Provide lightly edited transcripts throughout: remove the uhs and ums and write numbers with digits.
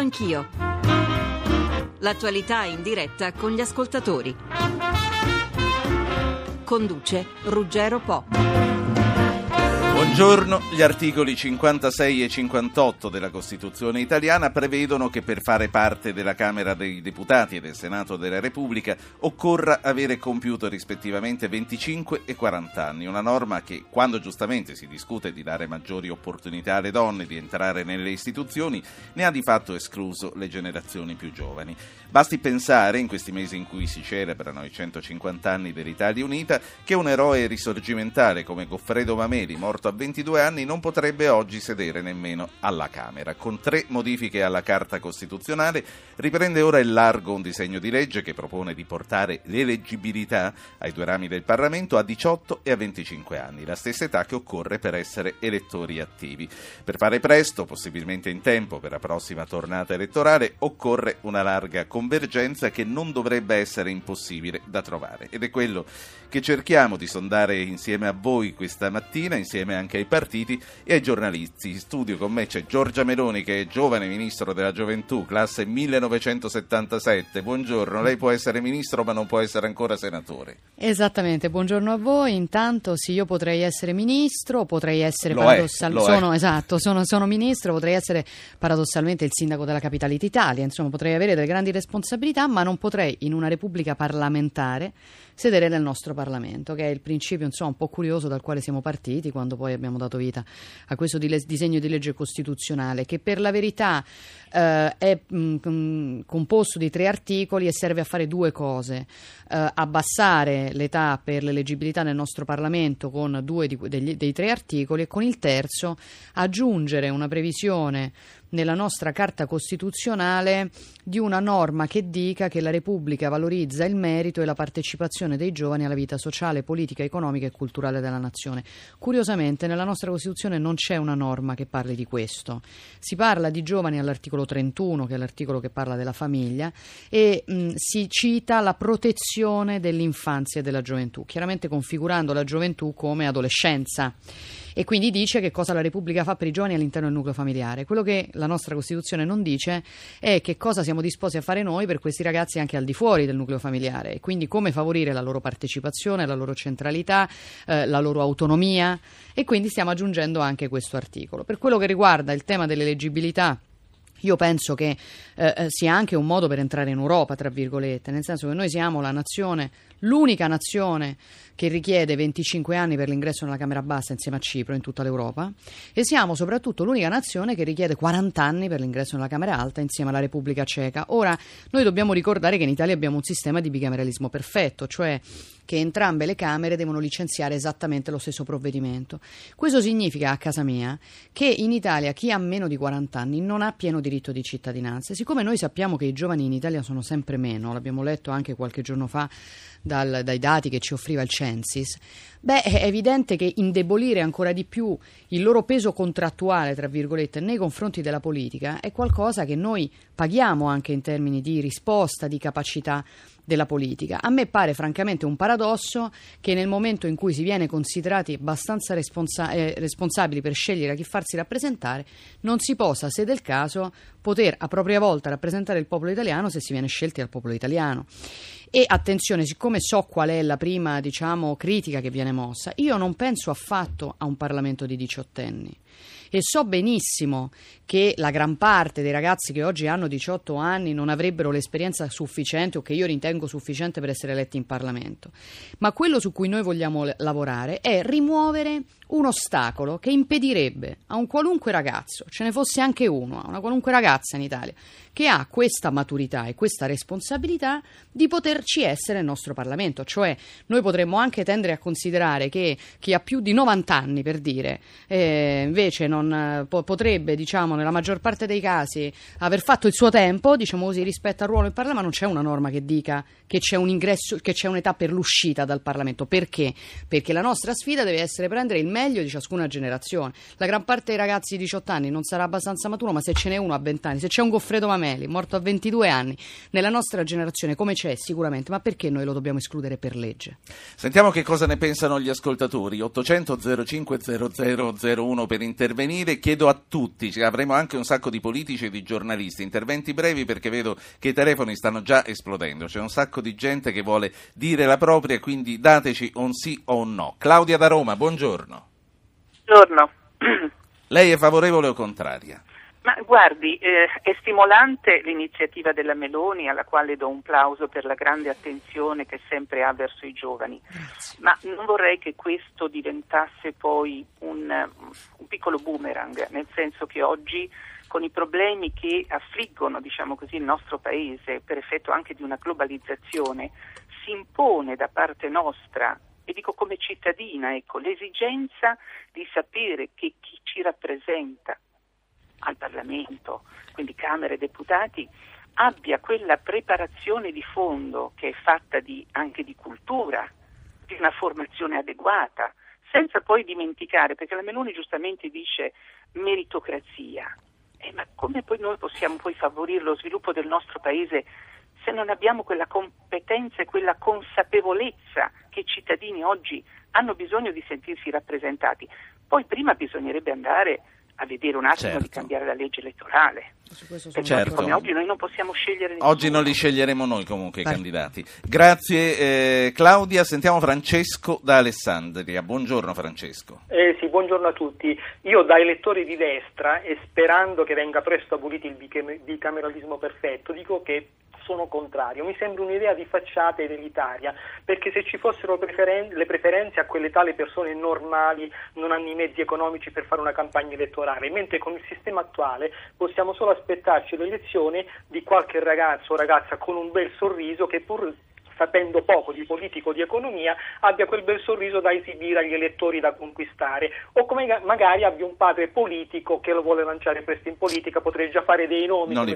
anch'io. L'attualità in diretta con gli ascoltatori. Conduce Ruggero Po. Buongiorno. Gli articoli 56 e 58 della Costituzione italiana prevedono che per fare parte della Camera dei Deputati e del Senato della Repubblica occorra avere compiuto rispettivamente 25 e 40 anni, una norma che, quando giustamente si discute di dare maggiori opportunità alle donne di entrare nelle istituzioni, ne ha di fatto escluso le generazioni più giovani. Basti pensare, in questi mesi in cui si celebrano i 150 anni dell'Italia Unita, che un eroe risorgimentale come Goffredo Mameli, morto a 22 anni, non potrebbe oggi sedere nemmeno alla Camera. Con 3 modifiche alla Carta Costituzionale riprende ora il largo un disegno di legge che propone di portare l'eleggibilità ai 2 rami del Parlamento a 18 e a 25 anni, la stessa età che occorre per essere elettori attivi. Per fare presto, possibilmente in tempo per la prossima tornata elettorale, occorre una larga convergenza che non dovrebbe essere impossibile da trovare. Ed è quello che cerchiamo di sondare insieme a voi questa mattina, insieme anche ai partiti e ai giornalisti. In studio con me c'è Giorgia Meloni, che è giovane ministro della gioventù, classe 1977. Buongiorno, lei può essere ministro ma non può essere ancora senatore. Esattamente, buongiorno a voi. Intanto sì, io potrei essere ministro, potrei essere sono ministro, potrei essere paradossalmente il sindaco della capitale d'Italia, insomma potrei avere delle grandi responsabilità, ma non potrei in una repubblica parlamentare sedere nel nostro Parlamento, che è il principio insomma un po' curioso dal quale siamo partiti quando poi abbiamo dato vita a questo disegno di legge costituzionale, che per la verità è composto di 3 articoli e serve a fare 2 cose: abbassare l'età per l'eleggibilità nel nostro Parlamento con 2 dei 3 articoli, e con il terzo aggiungere una previsione nella nostra Carta Costituzionale di una norma che dica che la Repubblica valorizza il merito e la partecipazione dei giovani alla vita sociale, politica, economica e culturale della nazione. Curiosamente nella nostra Costituzione non c'è una norma che parli di questo. Si parla di giovani all'articolo 31, che è l'articolo che parla della famiglia, e si cita la protezione dell'infanzia e della gioventù, chiaramente configurando la gioventù come adolescenza. E quindi dice che cosa la Repubblica fa per i giovani all'interno del nucleo familiare. Quello che la nostra Costituzione non dice è che cosa siamo disposti a fare noi per questi ragazzi anche al di fuori del nucleo familiare, e quindi come favorire la loro partecipazione, la loro centralità, la loro autonomia, e quindi stiamo aggiungendo anche questo articolo. Per quello che riguarda il tema dell'eleggibilità, io penso che sia anche un modo per entrare in Europa, tra virgolette, nel senso che noi siamo l'unica nazione che richiede 25 anni per l'ingresso nella Camera Bassa insieme a Cipro in tutta l'Europa, e siamo soprattutto l'unica nazione che richiede 40 anni per l'ingresso nella Camera Alta insieme alla Repubblica Ceca. Ora, noi dobbiamo ricordare che in Italia abbiamo un sistema di bicameralismo perfetto, cioè che entrambe le Camere devono licenziare esattamente lo stesso provvedimento. Questo significa, a casa mia, che in Italia chi ha meno di 40 anni non ha pieno diritto di cittadinanza. Siccome noi sappiamo che i giovani in Italia sono sempre meno, l'abbiamo letto anche qualche giorno fa dai dati che ci offriva il Censis, è evidente che indebolire ancora di più il loro peso contrattuale, tra virgolette, nei confronti della politica è qualcosa che noi paghiamo anche in termini di risposta, di capacità della politica. A me pare francamente un paradosso che nel momento in cui si viene considerati abbastanza responsabili per scegliere a chi farsi rappresentare, non si possa, se del caso, poter a propria volta rappresentare il popolo italiano se si viene scelti dal popolo italiano. E attenzione, siccome so qual è la prima, critica che viene mossa, io non penso affatto a un Parlamento di 18enni. E so benissimo che la gran parte dei ragazzi che oggi hanno 18 anni non avrebbero l'esperienza sufficiente, o che io ritengo sufficiente, per essere eletti in Parlamento. Ma quello su cui noi vogliamo lavorare è rimuovere un ostacolo che impedirebbe a un qualunque ragazzo, ce ne fosse anche uno, a una qualunque ragazza in Italia, che ha questa maturità e questa responsabilità, di poterci essere nel nostro Parlamento. Cioè noi potremmo anche tendere a considerare che chi ha più di 90 anni, per dire, invece non potrebbe, nella maggior parte dei casi, aver fatto il suo tempo, così, rispetto al ruolo in Parlamento. Ma non c'è una norma che dica che c'è un ingresso, che c'è un'età per l'uscita dal Parlamento. Perché? Perché la nostra sfida deve essere prendere il meglio di ciascuna generazione. La gran parte dei ragazzi di 18 anni non sarà abbastanza maturo, ma se ce n'è uno a 20 anni, se c'è un Goffredo Mameli morto a 22 anni nella nostra generazione, come c'è sicuramente, ma perché noi lo dobbiamo escludere per legge? Sentiamo che cosa ne pensano gli ascoltatori. 800 05 0001 per intervenire. intervenire. Chiedo a tutti, avremo anche un sacco di politici e di giornalisti, interventi brevi perché vedo che i telefoni stanno già esplodendo, c'è un sacco di gente che vuole dire la propria, quindi dateci un sì o un no. Claudia da Roma, buongiorno. Buongiorno. Lei è favorevole o contraria? Ma guardi, è stimolante l'iniziativa della Meloni, alla quale do un plauso per la grande attenzione che sempre ha verso i giovani. Grazie. Ma non vorrei che questo diventasse poi un piccolo boomerang, nel senso che oggi, con i problemi che affliggono, diciamo così, il nostro paese, per effetto anche di una globalizzazione, si impone da parte nostra, e dico come cittadina, l'esigenza di sapere che chi ci rappresenta al Parlamento, quindi Camera e Deputati, abbia quella preparazione di fondo che è fatta anche di cultura, di una formazione adeguata, senza poi dimenticare, perché la Meloni giustamente dice meritocrazia, ma come poi noi possiamo poi favorire lo sviluppo del nostro Paese se non abbiamo quella competenza e quella consapevolezza che i cittadini oggi hanno bisogno di sentirsi rappresentati? Poi prima bisognerebbe andare a vedere un attimo di cambiare la legge elettorale. Certo. Come oggi noi non possiamo scegliere nessuno. Oggi non li sceglieremo noi comunque i candidati. Grazie Claudia, sentiamo Francesco da Alessandria. Buongiorno Francesco. Sì, buongiorno a tutti. Io da elettore di destra e sperando che venga presto abolito il bicameralismo perfetto, dico che sono contrario. Mi sembra un'idea di facciata ed elitaria, perché se ci fossero le preferenze a quell'età le persone normali non hanno i mezzi economici per fare una campagna elettorale, mentre con il sistema attuale possiamo solo aspettarci l'elezione di qualche ragazzo o ragazza con un bel sorriso che, pur sapendo poco di politica o di economia, abbia quel bel sorriso da esibire agli elettori, da conquistare, o come magari abbia un padre politico che lo vuole lanciare presto in politica. Potrei già fare dei nomi, non li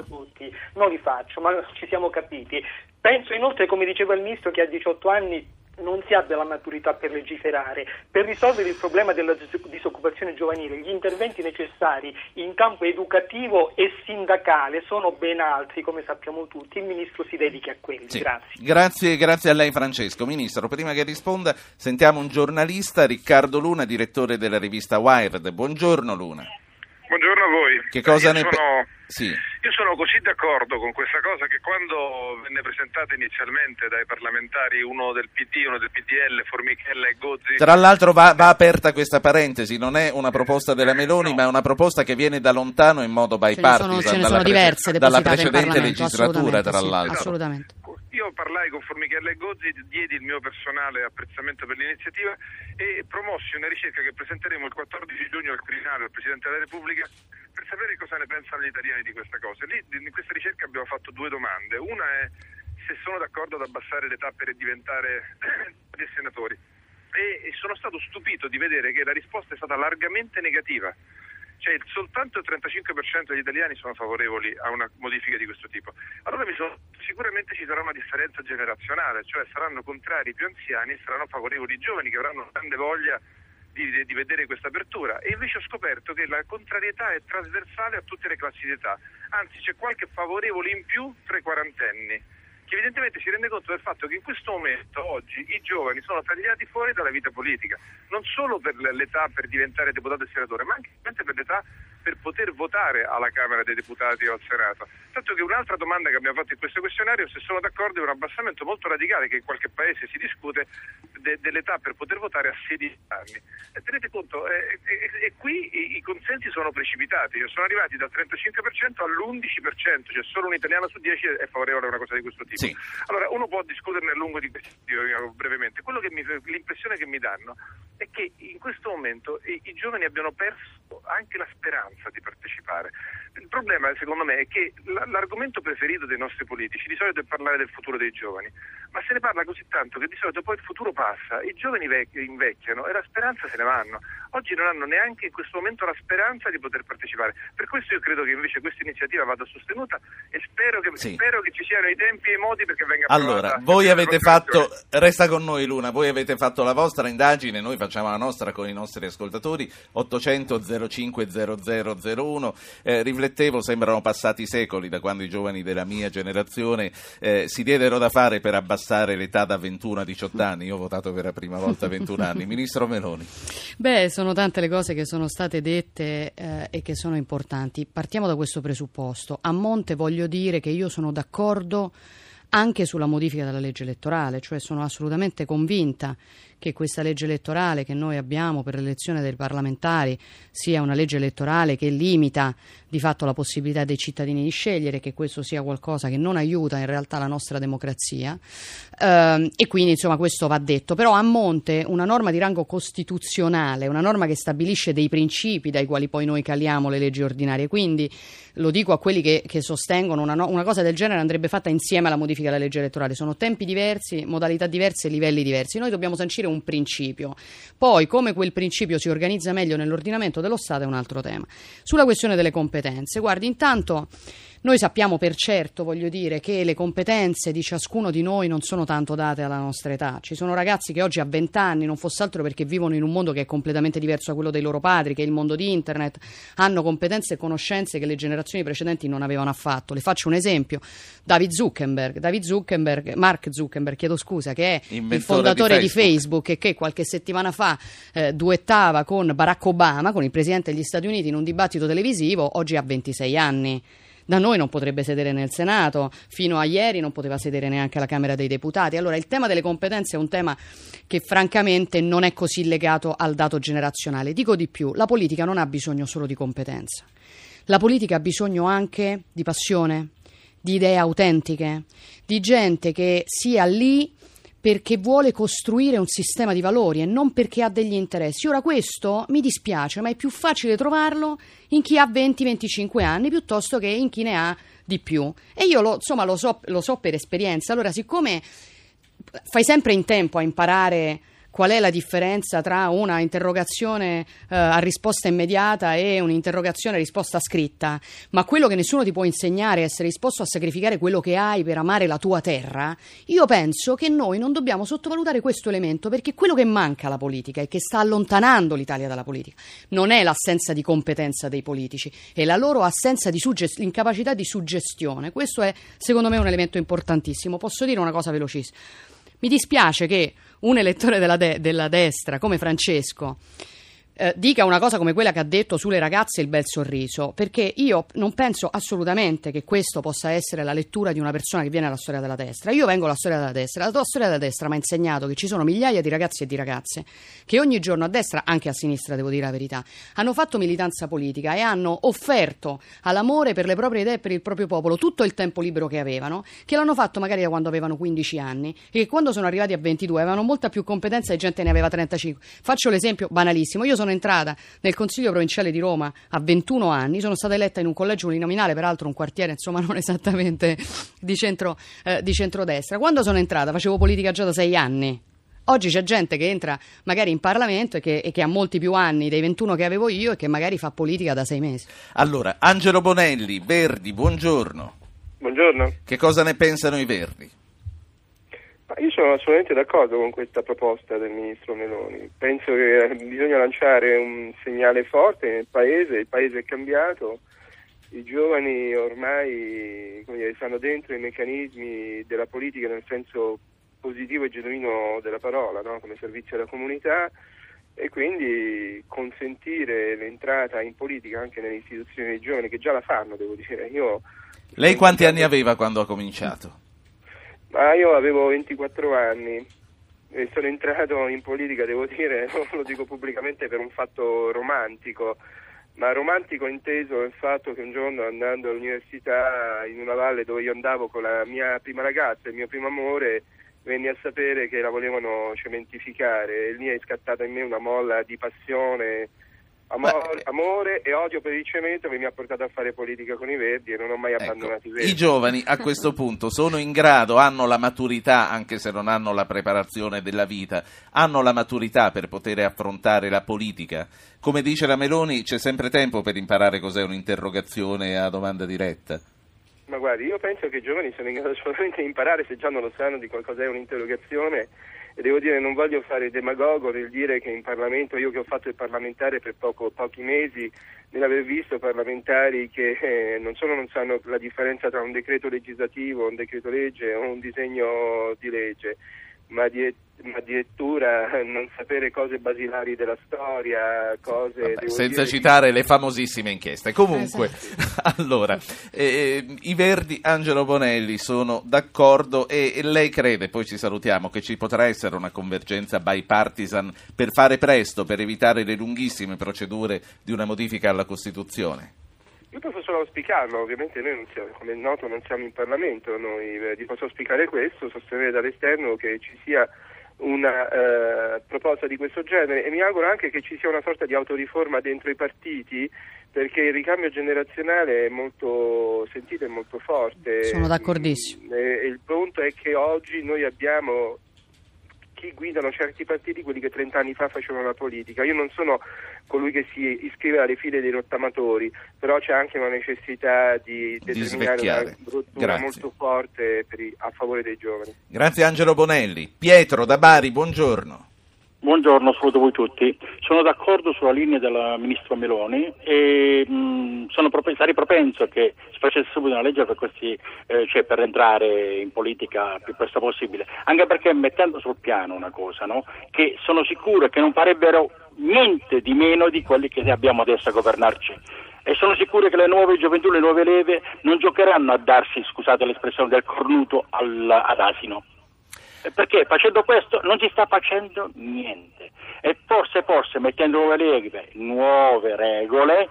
faccio, ma ci siamo capiti. Penso inoltre, come diceva il ministro, che a 18 anni non si abbia la maturità per legiferare. Per risolvere il problema della disoccupazione giovanile, gli interventi necessari in campo educativo e sindacale sono ben altri, come sappiamo tutti. Il Ministro si dedichi a quelli. Sì. Grazie. Grazie a lei Francesco. Ministro, prima che risponda sentiamo un giornalista, Riccardo Luna, direttore della rivista Wired. Buongiorno Luna. Buongiorno a voi. Che cosa Sì. Io sono così d'accordo con questa cosa che quando venne presentata inizialmente dai parlamentari, uno del PD, uno del PDL, Formichella e Gozzi... Tra l'altro va aperta questa parentesi, non è una proposta della Meloni, ma è una proposta che viene da lontano in modo bipartisan, ce ne sono diverse dalla depositate in precedente Parlamento, legislatura, tra l'altro. Assolutamente. Io parlai con Formichella e Gozzi, diedi il mio personale apprezzamento per l'iniziativa e promossi una ricerca che presenteremo il 14 giugno al Quirinale al Presidente della Repubblica per sapere cosa ne pensano gli italiani di questa cosa. Lì in questa ricerca abbiamo fatto due domande. Una è se sono d'accordo ad abbassare l'età per diventare dei senatori, e sono stato stupito di vedere che la risposta è stata largamente negativa. Cioè soltanto il 35% degli italiani sono favorevoli a una modifica di questo tipo. Allora sicuramente ci sarà una differenza generazionale, cioè saranno contrari i più anziani e saranno favorevoli i giovani, che avranno grande voglia di vedere questa apertura. E invece ho scoperto che la contrarietà è trasversale a tutte le classi di età, anzi c'è qualche favorevole in più tra i quarantenni, che evidentemente si rende conto del fatto che in questo momento, oggi, i giovani sono tagliati fuori dalla vita politica, non solo per l'età per diventare deputato e senatore, ma anche per l'età per poter votare alla Camera dei Deputati o al Senato. Tanto che un'altra domanda che abbiamo fatto in questo questionario, se sono d'accordo, è un abbassamento molto radicale che in qualche paese si discute dell'età per poter votare a 16 anni. Tenete conto, e qui i consensi sono precipitati, sono arrivati dal 35% all'11%, cioè solo un italiano su 10 è favorevole a una cosa di questo tipo. Sì. Allora, uno può discuterne a lungo di questo, brevemente. L'impressione che mi danno è che in questo momento i giovani abbiano perso anche la speranza di partecipare. Il problema, secondo me, è che l'argomento preferito dei nostri politici di solito è parlare del futuro dei giovani, ma se ne parla così tanto che di solito poi il futuro passa, i giovani invecchiano e la speranza se ne vanno. Oggi non hanno neanche in questo momento la speranza di poter partecipare. Per questo io credo che invece questa iniziativa vada sostenuta e spero che ci siano i tempi e i modi perché venga approvata. Allora, voi avete resta con noi Luna, voi avete fatto la vostra indagine, noi facciamo la nostra con i nostri ascoltatori. 800 05 0001. riflettevo, sembrano passati secoli da quando i giovani della mia generazione si diedero da fare per abbassare l'età da 21 a 18 anni. Io ho votato per la prima volta a 21 anni. Ministro Meloni. Beh, sono tante le cose che sono state dette e che sono importanti. Partiamo da questo presupposto. A monte voglio dire che io sono d'accordo anche sulla modifica della legge elettorale, cioè sono assolutamente convinta che questa legge elettorale che noi abbiamo per l'elezione dei parlamentari sia una legge elettorale che limita di fatto la possibilità dei cittadini di scegliere, che questo sia qualcosa che non aiuta in realtà la nostra democrazia, e quindi insomma questo va detto. Però a monte una norma di rango costituzionale, una norma che stabilisce dei principi dai quali poi noi caliamo le leggi ordinarie, quindi lo dico a quelli che sostengono una cosa del genere andrebbe fatta insieme alla modifica della legge elettorale. Sono tempi diversi, modalità diverse, livelli diversi. Noi dobbiamo sancire un principio, poi come quel principio si organizza meglio nell'ordinamento dello Stato è un altro tema. Sulla questione delle competenze, guardi, intanto noi sappiamo per certo, voglio dire, che le competenze di ciascuno di noi non sono tanto date alla nostra età. Ci sono ragazzi che oggi a 20 anni, non fosse altro perché vivono in un mondo che è completamente diverso da quello dei loro padri, che è il mondo di internet, hanno competenze e conoscenze che le generazioni precedenti non avevano affatto. Le faccio un esempio: Mark Zuckerberg, chiedo scusa, che è il fondatore di Facebook e che qualche settimana fa duettava con Barack Obama, con il presidente degli Stati Uniti, in un dibattito televisivo, oggi ha 26 anni. Da noi non potrebbe sedere nel Senato, fino a ieri non poteva sedere neanche alla Camera dei Deputati. Allora il tema delle competenze è un tema che francamente non è così legato al dato generazionale. Dico di più, la politica non ha bisogno solo di competenza, la politica ha bisogno anche di passione, di idee autentiche, di gente che sia lì perché vuole costruire un sistema di valori e non perché ha degli interessi. Ora questo mi dispiace, ma è più facile trovarlo in chi ha 20-25 anni piuttosto che in chi ne ha di più. E io lo so per esperienza. Allora, siccome fai sempre in tempo a imparare qual è la differenza tra una interrogazione a risposta immediata e un'interrogazione a risposta scritta, ma quello che nessuno ti può insegnare è essere disposto a sacrificare quello che hai per amare la tua terra, io penso che noi non dobbiamo sottovalutare questo elemento, perché quello che manca alla politica e che sta allontanando l'Italia dalla politica non è l'assenza di competenza dei politici, è la loro assenza di l'incapacità di suggestione. Questo è secondo me un elemento importantissimo. Posso dire una cosa velocissima? Mi dispiace che un elettore della destra come Francesco dica una cosa come quella che ha detto sulle ragazze il bel sorriso, perché io non penso assolutamente che questo possa essere la lettura di una persona che viene dalla storia della destra. Io vengo dalla storia della destra, la tua storia della destra mi ha insegnato che ci sono migliaia di ragazzi e di ragazze che ogni giorno a destra, anche a sinistra devo dire la verità, hanno fatto militanza politica e hanno offerto all'amore per le proprie idee e per il proprio popolo tutto il tempo libero che avevano, che l'hanno fatto magari da quando avevano 15 anni e che quando sono arrivati a 22 avevano molta più competenza e gente ne aveva 35. Faccio l'esempio banalissimo: io sono entrata nel Consiglio provinciale di Roma a 21 anni, sono stata eletta in un collegio uninominale, peraltro un quartiere insomma non esattamente di centrodestra. Quando sono entrata facevo politica già da 6 anni. Oggi c'è gente che entra magari in Parlamento e che ha molti più anni dei 21 che avevo io e che magari fa politica da 6 mesi. Allora, Angelo Bonelli, Verdi, buongiorno. Buongiorno. Che cosa ne pensano i Verdi? Io sono assolutamente d'accordo con questa proposta del ministro Meloni. Penso che bisogna lanciare un segnale forte nel paese. Il paese è cambiato, i giovani ormai stanno dentro i meccanismi della politica nel senso positivo e genuino della parola, no? Come servizio alla comunità, e quindi consentire l'entrata in politica anche nelle istituzioni dei giovani, che già la fanno, devo dire. Lei quanti anni aveva quando ha cominciato? Io avevo 24 anni e sono entrato in politica, devo dire, non lo dico pubblicamente per un fatto romantico, ma romantico inteso nel fatto che un giorno, andando all'università in una valle dove io andavo con la mia prima ragazza, il mio primo amore, venni a sapere che la volevano cementificare, e lì è scattata in me una molla di passione, amore e odio per il cemento, che mi ha portato a fare politica con i Verdi e non ho mai abbandonato i Verdi. I giovani a questo punto sono in grado, hanno la maturità, anche se non hanno la preparazione della vita, hanno la maturità per poter affrontare la politica? Come dice la Meloni, c'è sempre tempo per imparare cos'è un'interrogazione a domanda diretta. Ma guardi, io penso che i giovani siano in grado assolutamente di imparare, se già non lo sanno, di cosa è un'interrogazione, e devo dire, non voglio fare demagogo nel dire che in Parlamento, io che ho fatto il parlamentare per pochi mesi, nell'aver visto parlamentari che non solo non sanno la differenza tra un decreto legislativo, un decreto legge o un disegno di legge, ma addirittura non sapere cose basilari della storia, senza citare le famosissime inchieste. Comunque, allora, i Verdi, Angelo Bonelli, sono d'accordo e lei crede, poi ci salutiamo, che ci potrà essere una convergenza bipartisan per fare presto, per evitare le lunghissime procedure di una modifica alla Costituzione? Io posso solo auspicarlo, ovviamente noi non siamo, come è noto, non siamo in Parlamento, noi posso auspicare questo, sostenere dall'esterno che ci sia una proposta di questo genere, e mi auguro anche che ci sia una sorta di autoriforma dentro i partiti, perché il ricambio generazionale è molto sentito e molto forte. Sono d'accordissimo. Il punto è che oggi noi abbiamo chi guidano certi partiti, quelli che 30 anni fa facevano la politica. Io non sono colui che si iscrive alle file dei rottamatori, però c'è anche una necessità di determinare una rottura molto forte a favore dei giovani. Grazie Angelo Bonelli. Pietro da Bari, buongiorno. Buongiorno, saluto voi tutti. Sono d'accordo sulla linea della ministra Meloni e sarei propenso che si facesse subito una legge per questi, per entrare in politica più presto possibile, anche perché mettendo sul piano una cosa, no? Che sono sicuro che non farebbero niente di meno di quelli che abbiamo adesso a governarci. E sono sicuro che le nuove gioventù, le nuove leve non giocheranno a darsi, scusate l'espressione, del cornuto ad asino. Perché facendo questo non si sta facendo niente, e forse mettendo nuove leghe, nuove regole,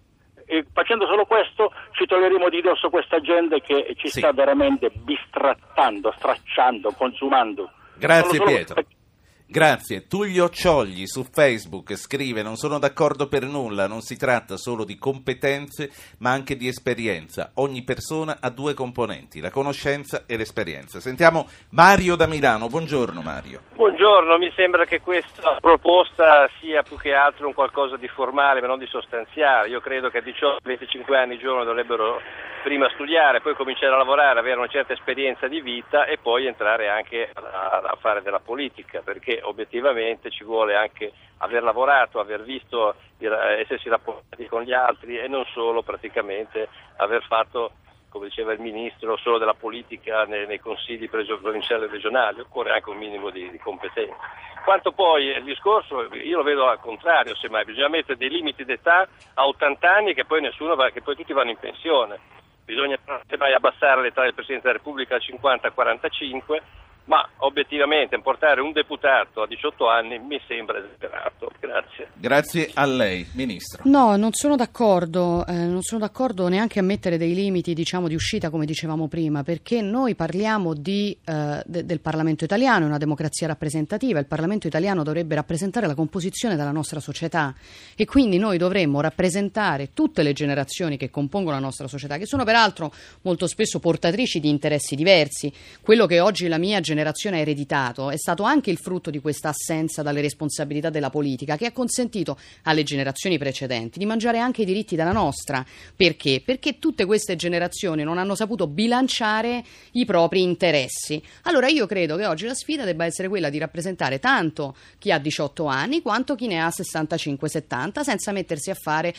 e facendo solo questo ci toglieremo di dosso questa gente che ci sta veramente bistrattando, stracciando, consumando. Grazie Pietro. Grazie. Tullio Ciogli su Facebook scrive: non sono d'accordo per nulla, non si tratta solo di competenze ma anche di esperienza. Ogni persona ha due componenti, la conoscenza e l'esperienza. Sentiamo Mario da Milano. Buongiorno Mario. Buongiorno, mi sembra che questa proposta sia più che altro un qualcosa di formale ma non di sostanziale. Io credo che a 18-25 anni i giovani dovrebbero prima studiare, poi cominciare a lavorare, avere una certa esperienza di vita e poi entrare anche a fare della politica, perché obiettivamente ci vuole anche aver lavorato, aver visto, essersi rapportati con gli altri e non solo praticamente aver fatto, come diceva il Ministro, solo della politica nei consigli provinciali e regionali. Occorre anche un minimo di competenza. Quanto poi il discorso, io lo vedo al contrario, semmai bisogna mettere dei limiti d'età a 80 anni che poi che poi tutti vanno in pensione. Bisogna semmai abbassare l'età del Presidente della Repubblica da 50 a 45, ma obiettivamente portare un deputato a 18 anni mi sembra esagerato. Grazie. Grazie a lei, Ministro. No, non sono d'accordo neanche a mettere dei limiti, diciamo, di uscita, come dicevamo prima, perché noi parliamo del Parlamento italiano, è una democrazia rappresentativa, il Parlamento italiano dovrebbe rappresentare la composizione della nostra società e quindi noi dovremmo rappresentare tutte le generazioni che compongono la nostra società, che sono peraltro molto spesso portatrici di interessi diversi. Quello che oggi la mia generazione ha ereditato è stato anche il frutto di questa assenza dalle responsabilità della politica, che ha consentito alle generazioni precedenti di mangiare anche i diritti della nostra. Perché? Perché tutte queste generazioni non hanno saputo bilanciare i propri interessi. Allora io credo che oggi la sfida debba essere quella di rappresentare tanto chi ha 18 anni quanto chi ne ha 65-70, senza mettersi a fare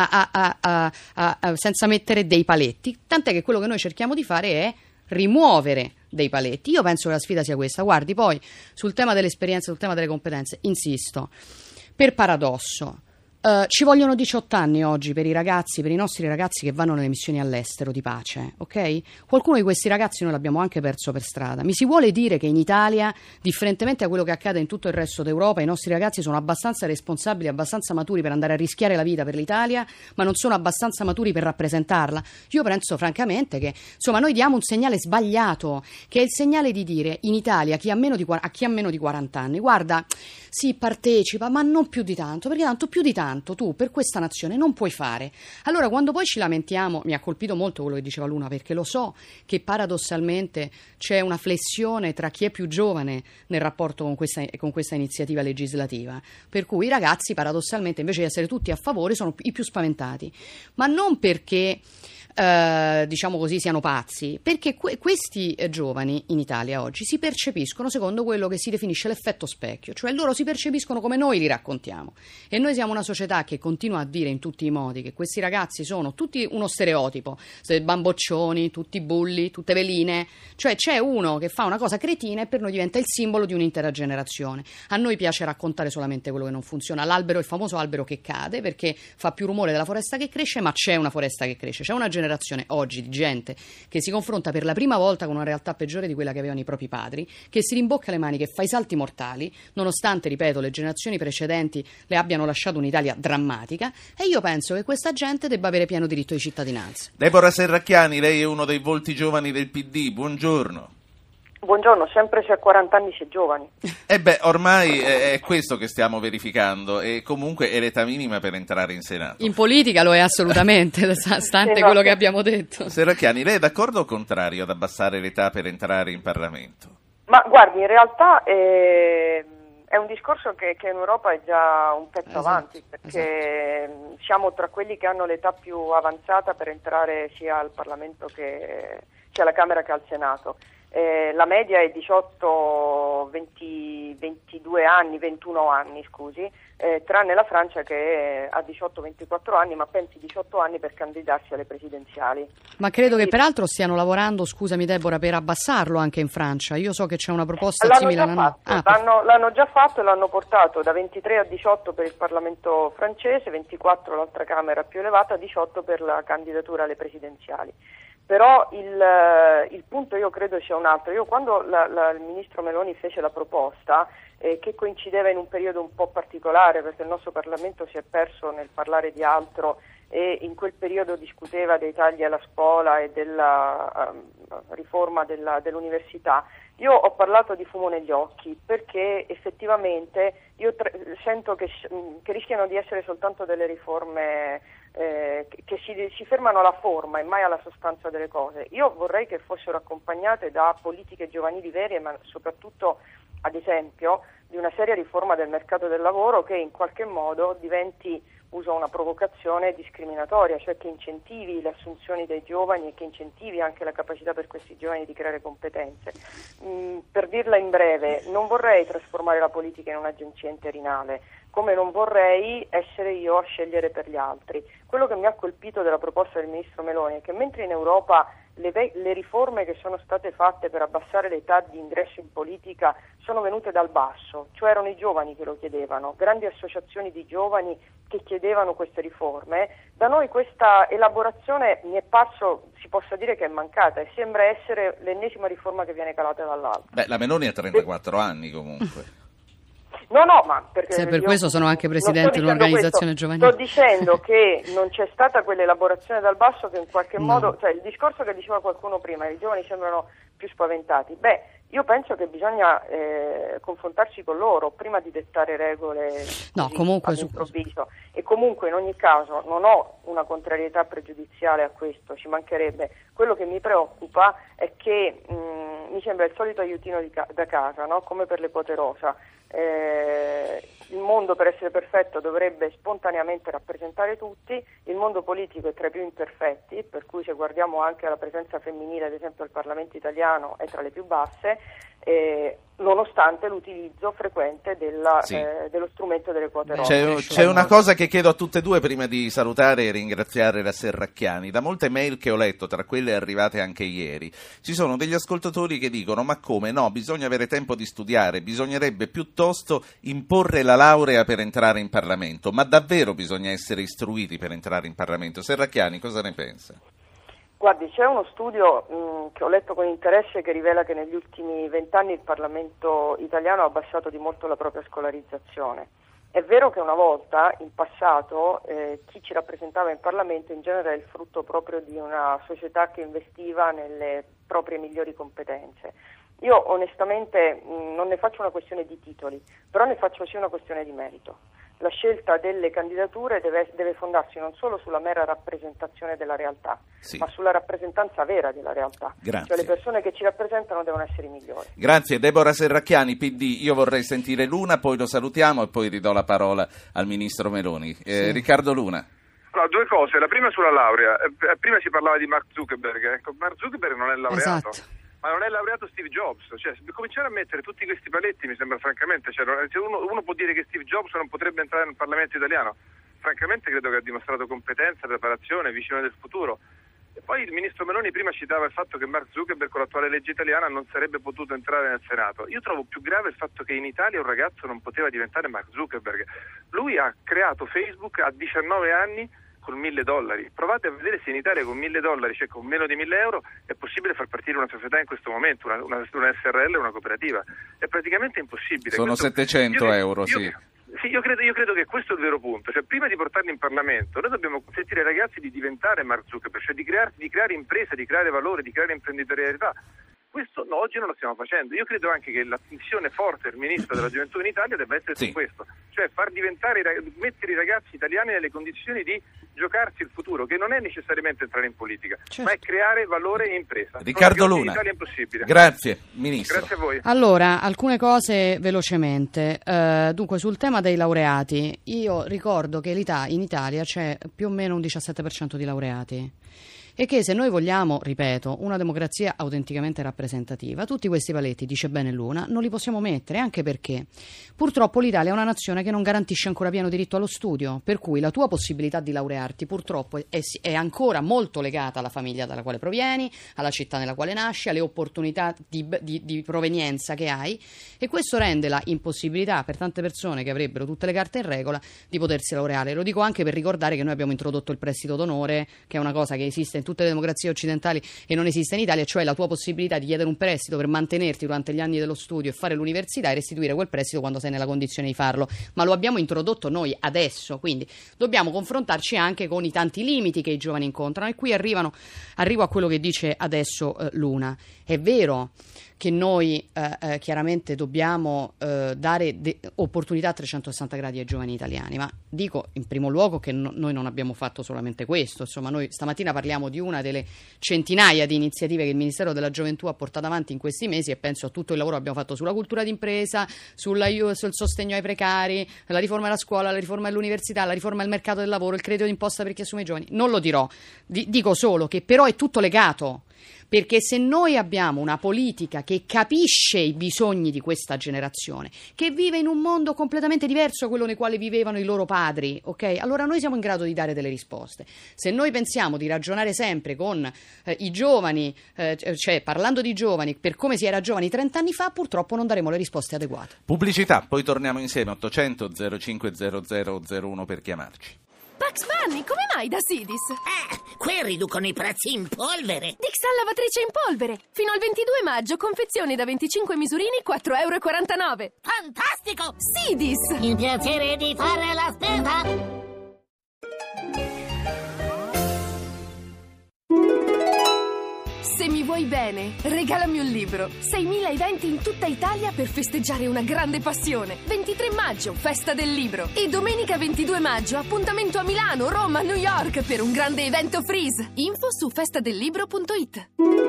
senza mettere dei paletti, tant'è che quello che noi cerchiamo di fare è rimuovere dei paletti. Io penso che la sfida sia questa. Guardi, poi sul tema dell'esperienza, sul tema delle competenze, insisto, per paradosso, ci vogliono 18 anni oggi per i nostri ragazzi che vanno nelle missioni all'estero di pace, ok? Qualcuno di questi ragazzi noi l'abbiamo anche perso per strada. Mi si vuole dire che in Italia, differentemente da quello che accade in tutto il resto d'Europa, i nostri ragazzi sono abbastanza responsabili, abbastanza maturi per andare a rischiare la vita per l'Italia, ma non sono abbastanza maturi per rappresentarla? Io penso francamente che, insomma, noi diamo un segnale sbagliato, che è il segnale di dire in Italia a chi ha meno di 40 anni, guarda, sì, partecipa, ma non più di tanto, perché tanto più di tanto tu per questa nazione non puoi fare. Allora quando poi ci lamentiamo, mi ha colpito molto quello che diceva Luna, perché lo so che paradossalmente c'è una flessione tra chi è più giovane nel rapporto con questa iniziativa legislativa, per cui i ragazzi paradossalmente invece di essere tutti a favore sono i più spaventati, ma non perché diciamo così, siano pazzi, perché questi giovani in Italia oggi si percepiscono secondo quello che si definisce l'effetto specchio, cioè loro si percepiscono come noi li raccontiamo, e noi siamo una società che continua a dire in tutti i modi che questi ragazzi sono tutti uno stereotipo, bamboccioni, tutti bulli, tutte veline, cioè c'è uno che fa una cosa cretina e per noi diventa il simbolo di un'intera generazione. A noi piace raccontare solamente quello che non funziona, il famoso albero che cade, perché fa più rumore della foresta che cresce, ma c'è una foresta che cresce, c'è una generazione oggi di gente che si confronta per la prima volta con una realtà peggiore di quella che avevano i propri padri, che si rimbocca le maniche, che fa i salti mortali, nonostante, ripeto, le generazioni precedenti le abbiano lasciato un'Italia drammatica, e io penso che questa gente debba avere pieno diritto di cittadinanza. Deborah Serracchiani, lei è uno dei volti giovani del PD, buongiorno. Buongiorno, sempre se a 40 anni si è giovani. Ormai è questo che stiamo verificando, e comunque è l'età minima per entrare in Senato. In politica lo è assolutamente, stante quello che abbiamo detto. Serracchiani, lei è d'accordo o contrario ad abbassare l'età per entrare in Parlamento? Ma guardi, in realtà è un discorso che in Europa è già un pezzo avanti, perché siamo tra quelli che hanno l'età più avanzata per entrare sia al Parlamento sia alla Camera che al Senato. La media è 18, 20, 22 anni, 21 anni, scusi, tranne la Francia che ha 18-24 anni, ma pensi 18 anni per candidarsi alle presidenziali. Ma credo che peraltro stiano lavorando, scusami Deborah, per abbassarlo anche in Francia. Io so che c'è una proposta simile alla nostra. L'hanno già fatto e l'hanno portato da 23 a 18 per il Parlamento francese, 24 l'altra Camera più elevata, 18 per la candidatura alle presidenziali. Però il punto io credo sia un altro. Io quando il ministro Meloni fece la proposta, che coincideva in un periodo un po' particolare, perché il nostro Parlamento si è perso nel parlare di altro, e in quel periodo discuteva dei tagli alla scuola e della riforma dell'università, io ho parlato di fumo negli occhi, perché effettivamente io sento che rischiano di essere soltanto delle riforme che si fermano alla forma e mai alla sostanza delle cose. Io vorrei che fossero accompagnate da politiche giovanili vere, ma soprattutto, ad esempio, di una seria riforma del mercato del lavoro che in qualche modo diventi, uso una provocazione, discriminatoria, cioè che incentivi le assunzioni dei giovani e che incentivi anche la capacità per questi giovani di creare competenze. Per dirla in breve, non vorrei trasformare la politica in un'agenzia interinale, come non vorrei essere io a scegliere per gli altri. Quello che mi ha colpito della proposta del ministro Meloni è che mentre in Europa le riforme che sono state fatte per abbassare l'età di ingresso in politica sono venute dal basso, cioè erano i giovani che lo chiedevano, grandi associazioni di giovani che chiedevano queste riforme, da noi questa elaborazione mi è parso, si possa dire che è mancata, e sembra essere l'ennesima riforma che viene calata dall'alto. La Meloni ha 34 anni comunque. No, ma perché per questo sono anche presidente di un'organizzazione giovanile. Sto dicendo che non c'è stata quell'elaborazione dal basso che in qualche modo, cioè il discorso che diceva qualcuno prima, i giovani sembrano più spaventati. Io penso che bisogna confrontarsi con loro prima di dettare regole comunque all'improvviso. E comunque in ogni caso non ho una contrarietà pregiudiziale a questo, ci mancherebbe. Quello che mi preoccupa è che mi sembra il solito aiutino da casa, no? Come per le quote rosa. Il mondo, per essere perfetto, dovrebbe spontaneamente rappresentare tutti, il mondo politico è tra i più imperfetti, per cui se guardiamo anche alla presenza femminile, ad esempio al Parlamento italiano, è tra le più basse, nonostante l'utilizzo frequente dello strumento delle quote rosse. C'è una cosa che chiedo a tutte e due prima di salutare e ringraziare la Serracchiani. Da molte mail che ho letto, tra quelle arrivate anche ieri, ci sono degli ascoltatori che dicono: ma come no, bisogna avere tempo di studiare, bisognerebbe piuttosto imporre la laurea per entrare in Parlamento. Ma davvero bisogna essere istruiti per entrare in Parlamento? Serracchiani, cosa ne pensa? Guardi, c'è uno studio che ho letto con interesse che rivela che negli ultimi 20 anni il Parlamento italiano ha abbassato di molto la propria scolarizzazione. È vero che una volta, in passato, chi ci rappresentava in Parlamento in genere è il frutto proprio di una società che investiva nelle proprie migliori competenze. Io onestamente non ne faccio una questione di titoli, però ne faccio sì una questione di merito. La scelta delle candidature deve fondarsi non solo sulla mera rappresentazione della realtà, ma sulla rappresentanza vera della realtà. Grazie. Cioè le persone che ci rappresentano devono essere i migliori. Grazie. Deborah Serracchiani, PD. Io vorrei sentire Luna, poi lo salutiamo e poi ridò la parola al ministro Meloni. Riccardo Luna. Allora, due cose, la prima sulla laurea. Prima si parlava di Mark Zuckerberg, ecco, Mark Zuckerberg non è laureato. Esatto. Ma non è laureato Steve Jobs, cioè cominciare a mettere tutti questi paletti mi sembra francamente, cioè, uno può dire che Steve Jobs non potrebbe entrare nel Parlamento italiano, francamente credo che ha dimostrato competenza, preparazione, visione del futuro. E poi il ministro Meloni prima citava il fatto che Mark Zuckerberg con l'attuale legge italiana non sarebbe potuto entrare nel Senato. Io trovo più grave il fatto che in Italia un ragazzo non poteva diventare Mark Zuckerberg. Lui ha creato Facebook a 19 anni con $1.000. Provate a vedere se in Italia con $1.000, cioè con meno di €1.000, è possibile far partire una società in questo momento, una SRL, una cooperativa. È praticamente impossibile. Sono €700, sì. Sì, io credo che questo è il vero punto. Cioè, prima di portarli in Parlamento, noi dobbiamo consentire ai ragazzi di diventare Mark Zuckerberg, cioè di creare imprese, di creare valore, di creare imprenditorialità. Questo no, oggi non lo stiamo facendo. Io credo anche che l'attenzione forte del ministro della Gioventù in Italia debba essere su questo, cioè mettere i ragazzi italiani nelle condizioni di giocarsi il futuro, che non è necessariamente entrare in politica, ma è creare valore e impresa. Riccardo Luna, in Italia è impossibile. Grazie Ministro. Grazie a voi. Allora, alcune cose velocemente. Dunque, sul tema dei laureati, io ricordo che in Italia c'è più o meno un 17% di laureati. E che se noi vogliamo, ripeto, una democrazia autenticamente rappresentativa, tutti questi paletti, dice bene Luna, non li possiamo mettere, anche perché purtroppo l'Italia è una nazione che non garantisce ancora pieno diritto allo studio, per cui la tua possibilità di laurearti purtroppo è ancora molto legata alla famiglia dalla quale provieni, alla città nella quale nasci, alle opportunità di provenienza che hai, e questo rende la impossibilità per tante persone che avrebbero tutte le carte in regola di potersi laureare. Lo dico anche per ricordare che noi abbiamo introdotto il prestito d'onore, che è una cosa che esiste in tutte le democrazie occidentali e non esiste in Italia, cioè la tua possibilità di chiedere un prestito per mantenerti durante gli anni dello studio e fare l'università e restituire quel prestito quando sei nella condizione di farlo, ma lo abbiamo introdotto noi adesso, quindi dobbiamo confrontarci anche con i tanti limiti che i giovani incontrano, e qui arrivo a quello che dice adesso Luna. È vero che noi chiaramente dobbiamo dare opportunità a 360 gradi ai giovani italiani, ma dico in primo luogo che noi non abbiamo fatto solamente questo. Insomma, noi stamattina parliamo di una delle centinaia di iniziative che il Ministero della Gioventù ha portato avanti in questi mesi, e penso a tutto il lavoro che abbiamo fatto sulla cultura d'impresa, sul sostegno ai precari, la riforma della scuola, la riforma dell'università, la riforma del mercato del lavoro, il credito d'imposta per chi assume i giovani. Non lo dirò, dico solo che però è tutto legato. Perché se noi abbiamo una politica che capisce i bisogni di questa generazione, che vive in un mondo completamente diverso da quello nel quale vivevano i loro padri, ok? Allora noi siamo in grado di dare delle risposte. Se noi pensiamo di ragionare sempre con i giovani, cioè parlando di giovani per come si era giovani 30 anni fa, purtroppo non daremo le risposte adeguate. Pubblicità, poi torniamo insieme. 800 05 0001 per chiamarci. Bugs Bunny, come mai da Sidis? Qui riducono i prezzi in polvere. Dixal lavatrice in polvere. Fino al 22 maggio, confezioni da 25 misurini, €4,49. Fantastico! Sidis! Il piacere di fare la spesa. Se mi vuoi bene, regalami un libro. 6.000 eventi in tutta Italia per festeggiare una grande passione. 23 maggio, festa del libro. E domenica 22 maggio, appuntamento a Milano, Roma, New York per un grande evento Freeze. Info su festadellibro.it.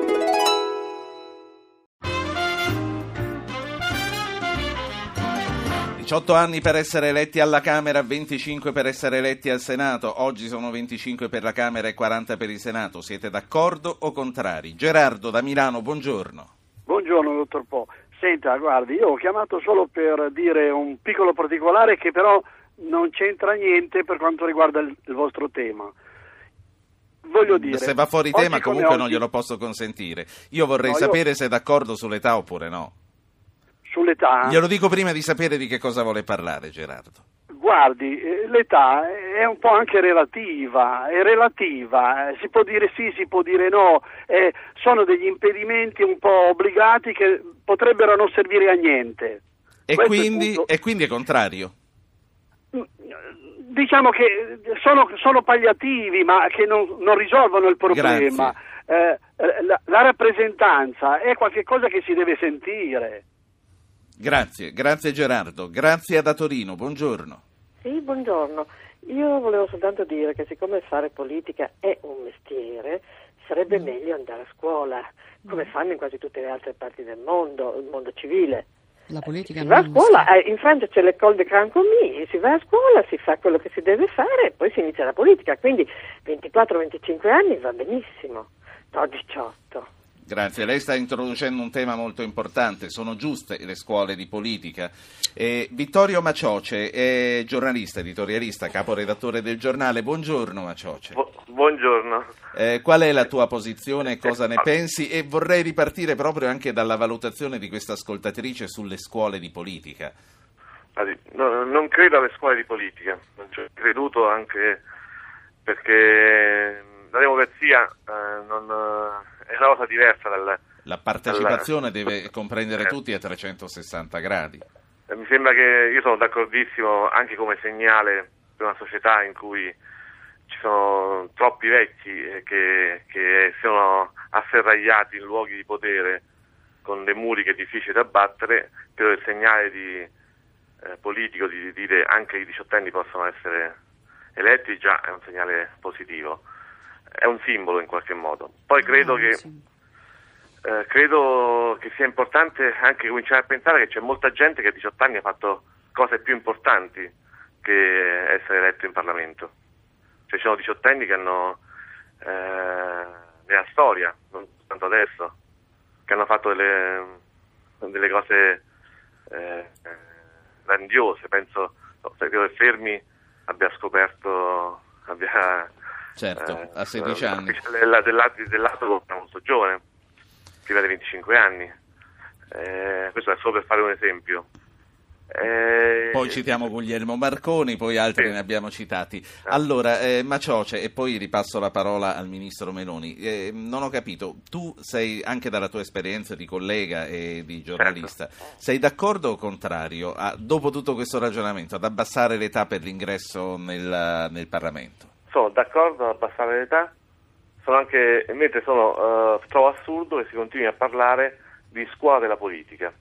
18 anni per essere eletti alla Camera, 25 per essere eletti al Senato. Oggi sono 25 per la Camera e 40 per il Senato. Siete d'accordo o contrari? Gerardo da Milano, buongiorno. Buongiorno, dottor Po. Senta, guardi, io ho chiamato solo per dire un piccolo particolare che però non c'entra niente per quanto riguarda il vostro tema. Voglio dire, se va fuori tema comunque non glielo posso consentire. Io vorrei sapere se è d'accordo sull'età oppure no. Sull'età? Glielo dico prima di sapere di che cosa vuole parlare, Gerardo. Guardi, l'età è un po' anche relativa, si può dire sì, si può dire no, sono degli impedimenti un po' obbligati che potrebbero non servire a niente. E quindi è contrario? Diciamo che sono palliativi, ma che non risolvono il problema. La rappresentanza è qualcosa che si deve sentire. Grazie Gerardo. Grazie da Torino, buongiorno. Sì, buongiorno. Io volevo soltanto dire che siccome fare politica è un mestiere, sarebbe meglio andare a scuola, come fanno in quasi tutte le altre parti del mondo, il mondo civile. La politica si va a scuola, in Francia c'è l'école de grand commis, si va a scuola, si fa quello che si deve fare e poi si inizia la politica, quindi 24-25 anni va benissimo, no 18. Grazie, lei sta introducendo un tema molto importante, sono giuste le scuole di politica. Vittorio Macioce è giornalista, editorialista, caporedattore del giornale. Buongiorno Macioce. Buongiorno. Qual è la tua posizione, cosa ne pensi? E vorrei ripartire proprio anche dalla valutazione di questa ascoltatrice sulle scuole di politica. No, non credo alle scuole di politica, non ci ho creduto anche perché la democrazia è una cosa diversa La partecipazione deve comprendere tutti a 360 gradi. Mi sembra che io sono d'accordissimo anche come segnale per una società in cui ci sono troppi vecchi che sono afferragliati in luoghi di potere con dei muri che è difficile da abbattere. Credo il segnale politico di dire anche i 18enni possono essere eletti già è un segnale positivo, è un simbolo in qualche modo. Poi credo che sia importante anche cominciare a pensare che c'è molta gente che a 18 anni ha fatto cose più importanti che essere eletto in Parlamento. Cioè ci sono 18enni che hanno nella storia, non tanto adesso, che hanno fatto delle cose grandiose. Penso che Fermi abbia scoperto a 16 anni dell'atomo molto giovane, prima dei 25 anni. Questo è solo per fare un esempio. Poi citiamo Guglielmo Marconi, poi altri ne abbiamo citati. Allora, Macioce, e poi ripasso la parola al ministro Meloni. Non ho capito, tu sei, anche dalla tua esperienza di collega e di giornalista, sei d'accordo o contrario, dopo tutto questo ragionamento, ad abbassare l'età per l'ingresso nel Parlamento? Sono d'accordo ad abbassare l'età, mentre trovo assurdo che si continui a parlare di scuola della politica,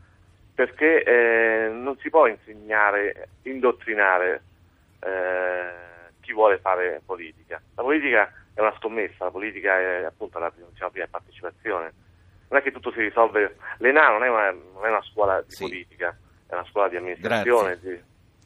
perché non si può indottrinare chi vuole fare politica. La politica è una scommessa, la politica è appunto diciamo prima partecipazione. Non è che tutto si risolve. L'ENA non è una scuola di politica, è una scuola di amministrazione.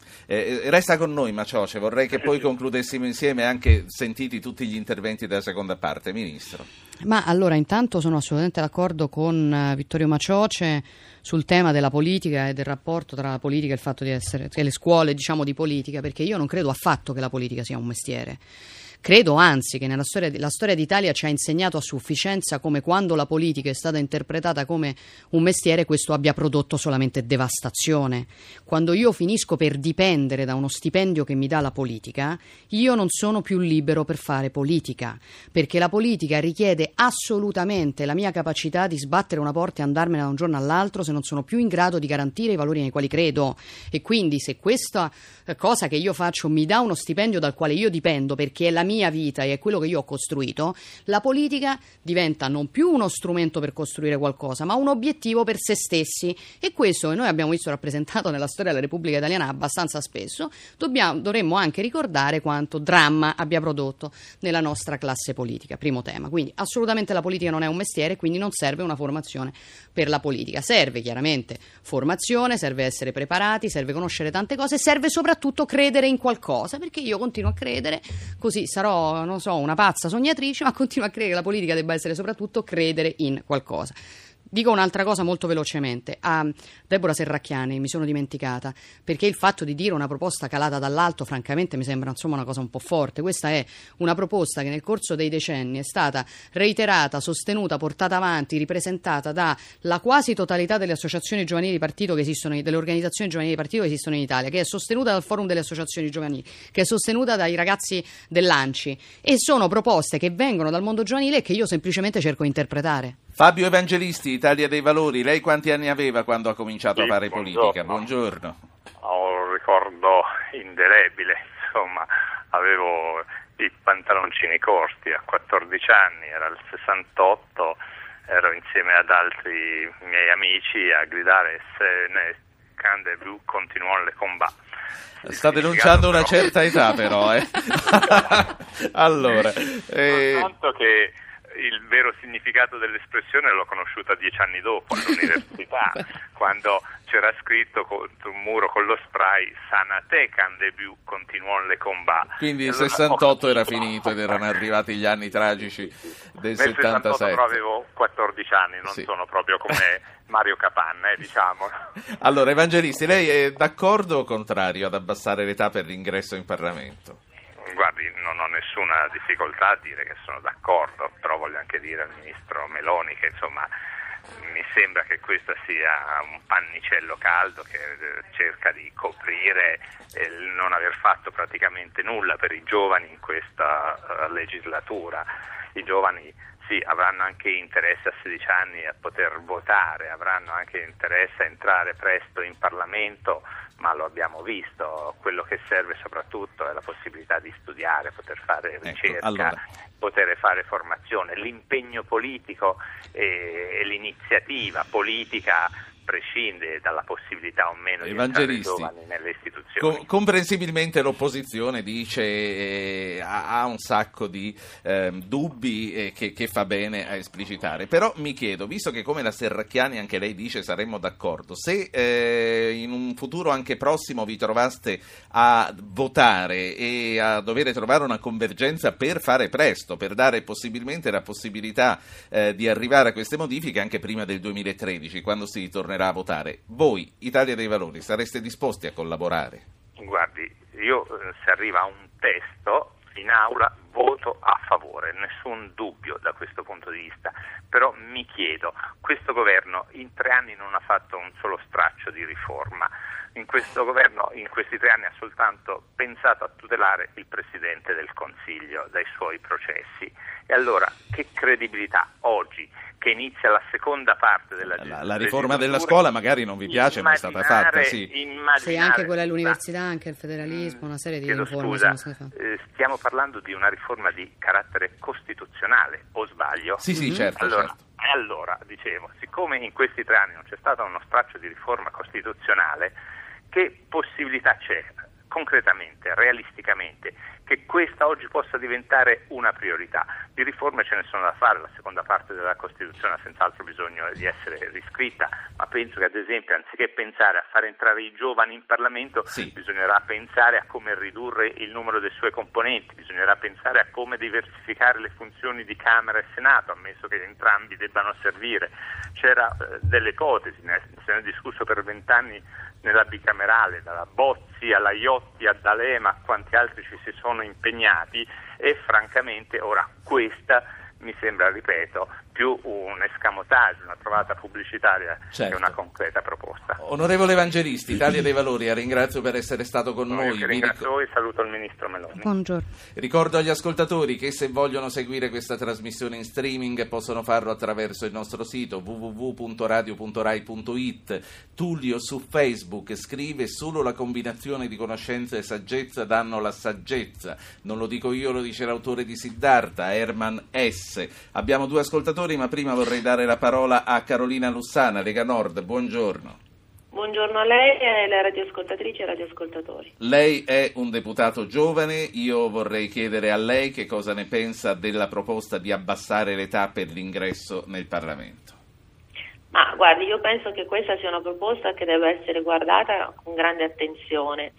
Resta con noi Macioce, vorrei che poi concludessimo insieme, anche sentiti tutti gli interventi della seconda parte. Ministro. Ma allora, intanto sono assolutamente d'accordo con Vittorio Macioce sul tema della politica e del rapporto tra la politica e il fatto di essere le scuole, diciamo, di politica, perché io non credo affatto che la politica sia un mestiere. Credo anzi che la storia d'Italia ci ha insegnato a sufficienza come quando la politica è stata interpretata come un mestiere questo abbia prodotto solamente devastazione. Quando io finisco per dipendere da uno stipendio che mi dà la politica, io non sono più libero per fare politica, perché la politica richiede assolutamente la mia capacità di sbattere una porta e andarmene da un giorno all'altro se non sono più in grado di garantire i valori nei quali credo. E quindi se questa cosa che io faccio mi dà uno stipendio dal quale io dipendo perché è la mia vita e è quello che io ho costruito, la politica diventa non più uno strumento per costruire qualcosa, ma un obiettivo per se stessi, e questo che noi abbiamo visto rappresentato nella storia della Repubblica Italiana abbastanza spesso, dovremmo anche ricordare quanto dramma abbia prodotto nella nostra classe politica. Primo tema. Quindi assolutamente la politica non è un mestiere, quindi non serve una formazione per la politica. Serve chiaramente formazione, serve essere preparati, serve conoscere tante cose, serve soprattutto credere in qualcosa, perché io continuo a credere, così sarò, non so, una pazza sognatrice, ma continuo a credere che la politica debba essere soprattutto credere in qualcosa. Dico un'altra cosa molto velocemente a Deborah Serracchiani, mi sono dimenticata, perché il fatto di dire una proposta calata dall'alto francamente mi sembra una cosa un po' forte. Questa è una proposta che nel corso dei decenni è stata reiterata, sostenuta, portata avanti, ripresentata dalla quasi totalità delle associazioni giovanili di partito che esistono, delle organizzazioni giovanili di partito che esistono in Italia, che è sostenuta dal Forum delle Associazioni Giovanili, che è sostenuta dai ragazzi dell'ANCI, e sono proposte che vengono dal mondo giovanile e che io semplicemente cerco di interpretare. Fabio Evangelisti, Italia dei Valori, lei quanti anni aveva quando ha cominciato a fare politica? Buongiorno. Ho un ricordo indelebile, insomma, avevo i pantaloncini corti a 14 anni, era il 68, ero insieme ad altri miei amici a gridare "Se ne cande blu, continuons le combat". Sta denunciando una certa età però, Allora, soltanto che il vero significato dell'espressione l'ho conosciuta 10 anni dopo all'università, quando c'era scritto su un muro con lo spray "Sanate can debut continuons le combat". Quindi il 68 era finito ed erano arrivati gli anni tragici del 77. Nel 68 però avevo 14 anni, non sono proprio come Mario Capanna, diciamo. Allora, Evangelisti, lei è d'accordo o contrario ad abbassare l'età per l'ingresso in Parlamento? Guardi, non ho nessuna difficoltà a dire che sono d'accordo, però voglio anche dire al ministro Meloni che insomma mi sembra che questo sia un pannicello caldo che cerca di coprire il non aver fatto praticamente nulla per i giovani in questa legislatura. I giovani sì, avranno anche interesse a 16 anni a poter votare, avranno anche interesse a entrare presto in Parlamento, ma lo abbiamo visto, quello che serve soprattutto è la possibilità di studiare, poter fare ricerca, poter fare formazione, l'impegno politico e l'iniziativa politica prescinde dalla possibilità o meno di entrare i giovani nelle istituzioni. Comprensibilmente l'opposizione dice ha un sacco di dubbi che fa bene a esplicitare, però mi chiedo, visto che come la Serracchiani anche lei dice saremmo d'accordo, se in un futuro anche prossimo vi trovaste a votare e a dover trovare una convergenza per fare presto, per dare possibilmente la possibilità di arrivare a queste modifiche anche prima del 2013, quando si tornerà a votare, voi, Italia dei Valori, sareste disposti a collaborare? Guardi, io se arriva un testo in aula voto a favore, nessun dubbio da questo punto di vista, però mi chiedo, questo governo in 3 anni non ha fatto un solo straccio di riforma, in questo governo in questi 3 anni ha soltanto pensato a tutelare il Presidente del Consiglio dai suoi processi, e allora che credibilità oggi che inizia la seconda parte della la riforma della scuola magari non vi piace, ma è stata fatta, sì, anche quella dell'università, anche il federalismo, una serie di riforme sono state fatte. Stiamo parlando di una riforma di carattere costituzionale, o sbaglio? Sì, certo. Allora, dicevo, siccome in questi 3 anni non c'è stato uno straccio di riforma costituzionale, che possibilità c'è concretamente, realisticamente, che questa oggi possa diventare una priorità? Di riforme ce ne sono da fare, la seconda parte della Costituzione ha senz'altro bisogno di essere riscritta, ma penso che ad esempio anziché pensare a far entrare i giovani in Parlamento, bisognerà pensare a come ridurre il numero dei suoi componenti, bisognerà pensare a come diversificare le funzioni di Camera e Senato, ammesso che entrambi debbano servire. C'era delle ipotesi, se ne è discusso per 20 anni nella bicamerale, dalla Bozzi alla Iotti a D'Alema, quanti altri ci si sono impegnati, e francamente ora questa mi sembra, ripeto, più un escamotage, una trovata pubblicitaria che una concreta proposta. Onorevole Evangelisti, Italia dei Valori, ringrazio per essere stato con noi. Ringrazio voi e saluto il Ministro Meloni. Buongiorno. Ricordo agli ascoltatori che se vogliono seguire questa trasmissione in streaming possono farlo attraverso il nostro sito www.radio.rai.it. Tullio su Facebook scrive: solo la combinazione di conoscenza e saggezza danno la saggezza. Non lo dico io, lo dice l'autore di Siddhartha, Herman S. Abbiamo 2 ascoltatori, ma prima vorrei dare la parola a Carolina Lussana, Lega Nord. Buongiorno. Buongiorno a lei e alle radioascoltatrici e radioascoltatori. Lei è un deputato giovane, io vorrei chiedere a lei che cosa ne pensa della proposta di abbassare l'età per l'ingresso nel Parlamento. Ma guardi, io penso che questa sia una proposta che deve essere guardata con grande attenzione.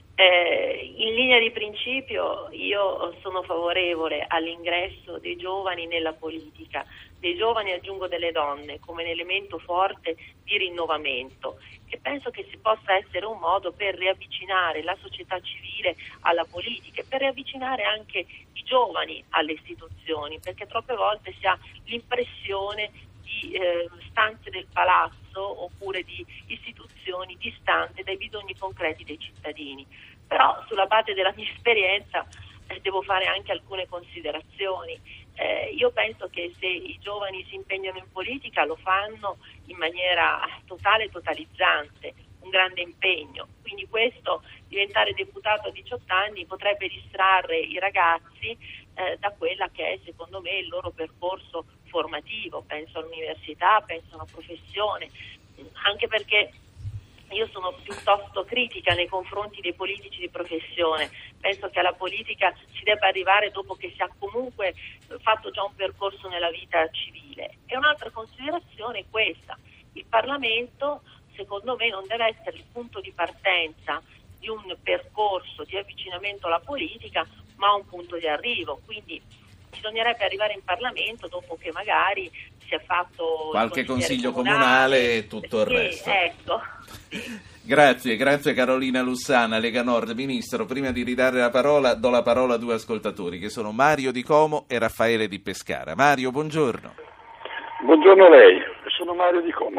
In linea di principio io sono favorevole all'ingresso dei giovani nella politica, dei giovani, aggiungo delle donne, come un elemento forte di rinnovamento, e penso che si possa essere un modo per riavvicinare la società civile alla politica e per riavvicinare anche i giovani alle istituzioni, perché troppe volte si ha l'impressione di stanze del palazzo oppure di istituzioni distanti dai bisogni concreti dei cittadini. Però sulla base della mia esperienza devo fare anche alcune considerazioni. Io penso che se i giovani si impegnano in politica lo fanno in maniera totale e totalizzante, un grande impegno. Quindi questo, diventare deputato a 18 anni, potrebbe distrarre i ragazzi da quella che è secondo me il loro percorso formativo. Penso all'università, penso a una professione, anche perché io sono piuttosto critica nei confronti dei politici di professione. Penso che alla politica si debba arrivare dopo che si ha comunque fatto già un percorso nella vita civile. E un'altra considerazione è questa: il Parlamento, secondo me, non deve essere il punto di partenza di un percorso di avvicinamento alla politica, ma un punto di arrivo. Quindi bisognerebbe arrivare in Parlamento dopo che magari si è fatto qualche consiglio comunale e tutto il resto. Ecco. Grazie Carolina Lussana, Lega Nord. Ministro, prima di ridare la parola, do la parola a due ascoltatori che sono Mario di Como e Raffaele di Pescara. Mario, buongiorno. Buongiorno a lei, sono Mario di Como.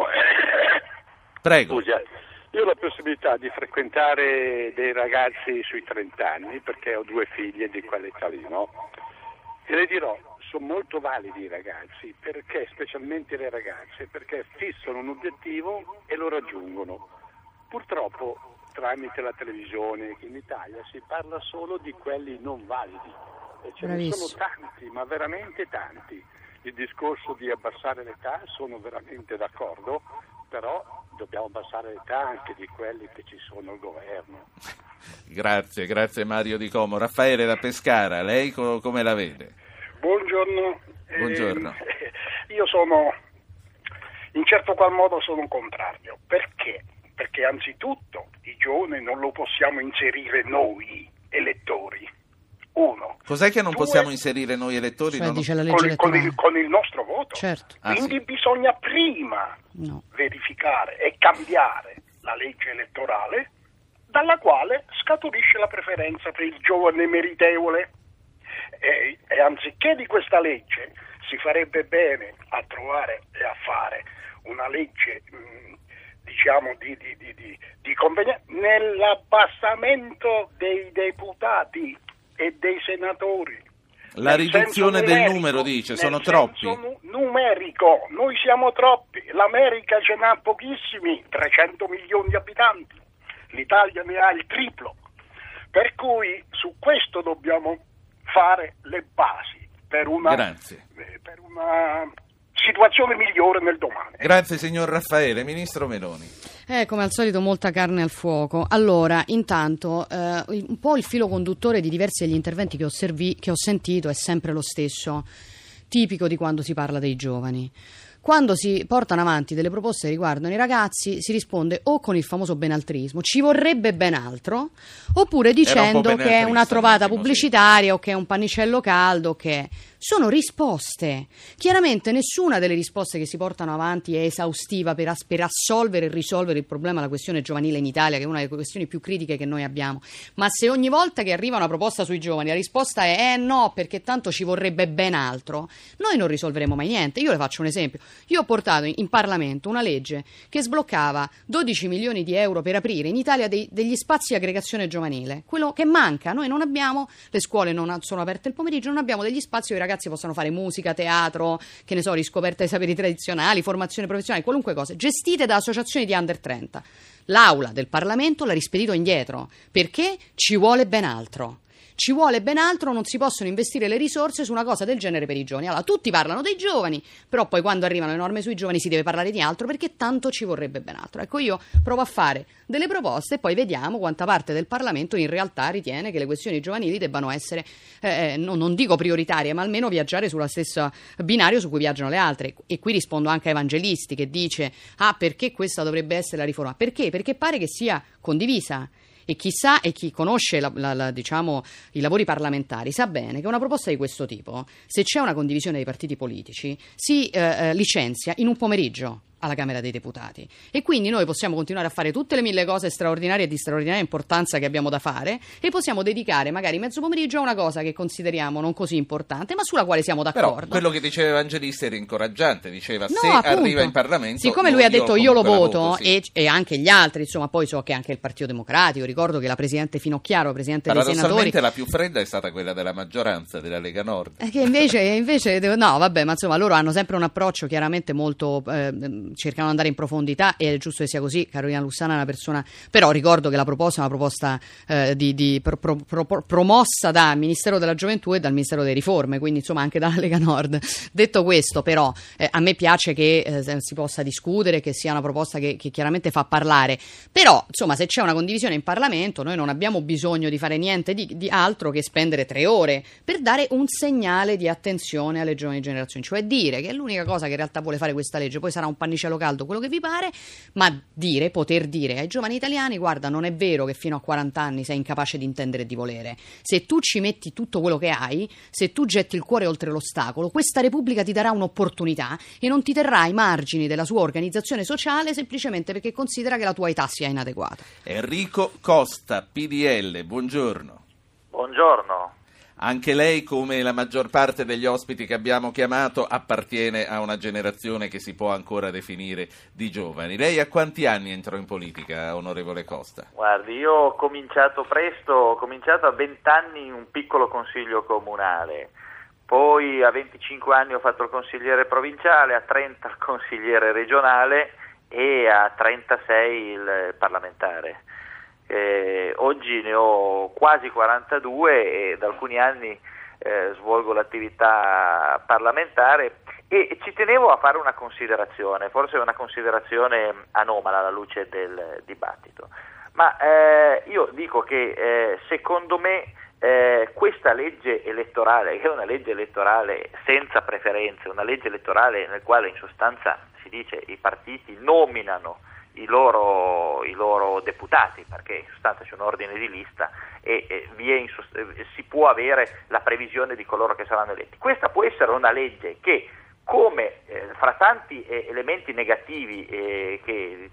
Prego. Scusa, io ho la possibilità di frequentare dei ragazzi sui 30 anni perché ho 2 figlie di quell'età lì, no? E le dirò, sono molto validi i ragazzi, perché specialmente le ragazze, perché fissano un obiettivo e lo raggiungono. Purtroppo tramite la televisione in Italia si parla solo di quelli non validi e ce ne sono tanti, ma veramente tanti. Il discorso di abbassare l'età sono veramente d'accordo, però dobbiamo abbassare l'età anche di quelli che ci sono al governo. Grazie Mario di Como. Raffaele da Pescara, lei come la vede? Buongiorno. Buongiorno. Io sono, in certo qual modo sono un contrario. Perché? Perché anzitutto i giovani non lo possiamo inserire noi elettori. Uno. Cos'è che non possiamo inserire noi elettori? Cioè, dice la legge elettorale. Con il nostro voto. Certo. Quindi bisogna prima verificare e cambiare la legge elettorale, dalla quale scaturisce la preferenza per il giovane meritevole. E anziché di questa legge si farebbe bene a trovare e a fare una legge diciamo di convenienza nell'abbassamento dei deputati e dei senatori. La riduzione del numero, dice, sono troppi. Numerico, noi siamo troppi, l'America ce n'ha pochissimi, 300 milioni di abitanti, l'Italia ne ha il triplo, per cui su questo dobbiamo fare le basi per una situazione migliore nel domani. Grazie signor Raffaele. Ministro Meloni. Come al solito molta carne al fuoco. Allora, intanto un po' il filo conduttore di diversi degli interventi che ho sentito è sempre lo stesso, tipico di quando si parla dei giovani. Quando si portano avanti delle proposte che riguardano i ragazzi si risponde o con il famoso benaltrismo, ci vorrebbe ben altro, oppure dicendo che è una trovata pubblicitaria o che è un pannicello caldo, che sono risposte. Chiaramente nessuna delle risposte che si portano avanti è esaustiva per assolvere e risolvere il problema della questione giovanile in Italia, che è una delle questioni più critiche che noi abbiamo. Ma se ogni volta che arriva una proposta sui giovani la risposta è no, perché tanto ci vorrebbe ben altro, noi non risolveremo mai niente. Io le faccio un esempio. Io ho portato in Parlamento una legge che sbloccava 12 milioni di euro per aprire in Italia degli spazi di aggregazione giovanile. Quello che manca, noi non abbiamo, le scuole non sono aperte il pomeriggio, non abbiamo degli spazi dove i ragazzi possano fare musica, teatro, che ne so, riscoperta dei saperi tradizionali, formazione professionale, qualunque cosa, gestite da associazioni di under 30. L'Aula del Parlamento l'ha rispedito indietro, perché ci vuole ben altro. Ci vuole ben altro, non si possono investire le risorse su una cosa del genere per i giovani. Allora, tutti parlano dei giovani, però poi quando arrivano le norme sui giovani si deve parlare di altro, perché tanto ci vorrebbe ben altro. Ecco, io provo a fare delle proposte e poi vediamo quanta parte del Parlamento in realtà ritiene che le questioni giovanili debbano essere, non dico prioritarie, ma almeno viaggiare sulla stessa binario su cui viaggiano le altre. E qui rispondo anche a Evangelisti, che dice, perché questa dovrebbe essere la riforma? Perché? Perché pare che sia condivisa. E chi sa e chi conosce diciamo, i lavori parlamentari sa bene che una proposta di questo tipo, se c'è una condivisione dei partiti politici, si licenzia in un pomeriggio alla Camera dei Deputati, e quindi noi possiamo continuare a fare tutte le 1000 cose straordinarie e di straordinaria importanza che abbiamo da fare, e possiamo dedicare magari mezzo pomeriggio a una cosa che consideriamo non così importante ma sulla quale siamo d'accordo. Però quello che diceva Evangelista era incoraggiante, diceva se arriva in Parlamento, siccome lui ha detto io lo voto, sì. e anche gli altri, insomma, poi so che anche il Partito Democratico, ricordo che la Presidente Finocchiaro, Presidente dei Senatori, la più fredda è stata quella della maggioranza della Lega Nord, che invece no vabbè, ma insomma loro hanno sempre un approccio chiaramente molto cercano di andare in profondità, e è giusto che sia così. Carolina Lussana è una persona, però ricordo che la proposta è una proposta promossa dal Ministero della Gioventù e dal Ministero delle Riforme, quindi insomma anche dalla Lega Nord. Detto questo, però a me piace che si possa discutere, che sia una proposta che chiaramente fa parlare, però insomma se c'è una condivisione in Parlamento noi non abbiamo bisogno di fare niente di altro che spendere 3 ore per dare un segnale di attenzione alle giovani generazioni, cioè dire che è l'unica cosa che in realtà vuole fare questa legge, poi sarà un pannicello caldo, quello che vi pare, ma poter dire ai giovani italiani: guarda, non è vero che fino a 40 anni sei incapace di intendere e di volere, se tu ci metti tutto quello che hai, se tu getti il cuore oltre l'ostacolo, questa Repubblica ti darà un'opportunità e non ti terrà ai margini della sua organizzazione sociale semplicemente perché considera che la tua età sia inadeguata. Enrico Costa, PDL, buongiorno. Buongiorno. Anche lei, come la maggior parte degli ospiti che abbiamo chiamato, appartiene a una generazione che si può ancora definire di giovani. Lei a quanti anni entrò in politica, onorevole Costa? Guardi, io ho cominciato presto, ho cominciato a 20 anni in un piccolo consiglio comunale, poi a 25 anni ho fatto il consigliere provinciale, a 30 il consigliere regionale e a 36 il parlamentare. Oggi ne ho quasi 42 e da alcuni anni svolgo l'attività parlamentare e ci tenevo a fare una considerazione, forse una considerazione anomala alla luce del dibattito, ma io dico che secondo me questa legge elettorale, che è una legge elettorale senza preferenze, una legge elettorale nel quale in sostanza si dice i partiti nominano i loro deputati, perché in sostanza c'è un ordine di lista e si può avere la previsione di coloro che saranno eletti. Questa può essere una legge che, come fra tanti elementi negativi che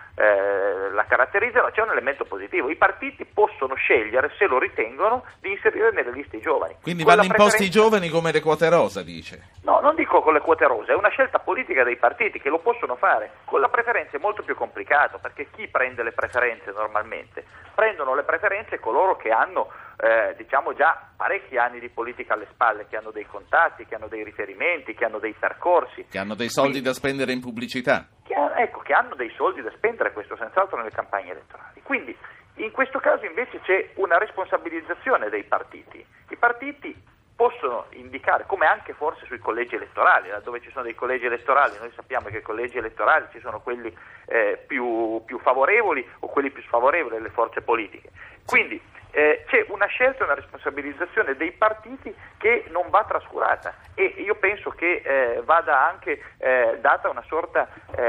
la caratterizzano, c'è un elemento positivo. I partiti possono scegliere, se lo ritengono, di inserire nelle liste i giovani. Quindi vanno imposti i giovani come le quote rosa, dice? No, non dico con le quote rosa, è una scelta politica dei partiti che lo possono fare. Con la preferenza è molto più complicato, perché chi prende le preferenze normalmente? Prendono le preferenze coloro che hanno già parecchi anni di politica alle spalle, che hanno dei contatti, che hanno dei riferimenti, che hanno dei percorsi. Che hanno dei soldi da spendere in pubblicità. Che hanno dei soldi da spendere, questo senz'altro, nelle campagne elettorali. Quindi in questo caso invece c'è una responsabilizzazione dei partiti. I partiti possono indicare, come anche forse sui collegi elettorali, laddove ci sono dei collegi elettorali, noi sappiamo che i collegi elettorali ci sono quelli più favorevoli o quelli più sfavorevoli alle forze politiche. Quindi c'è una scelta e una responsabilizzazione dei partiti che non va trascurata, e io penso che vada anche data una sorta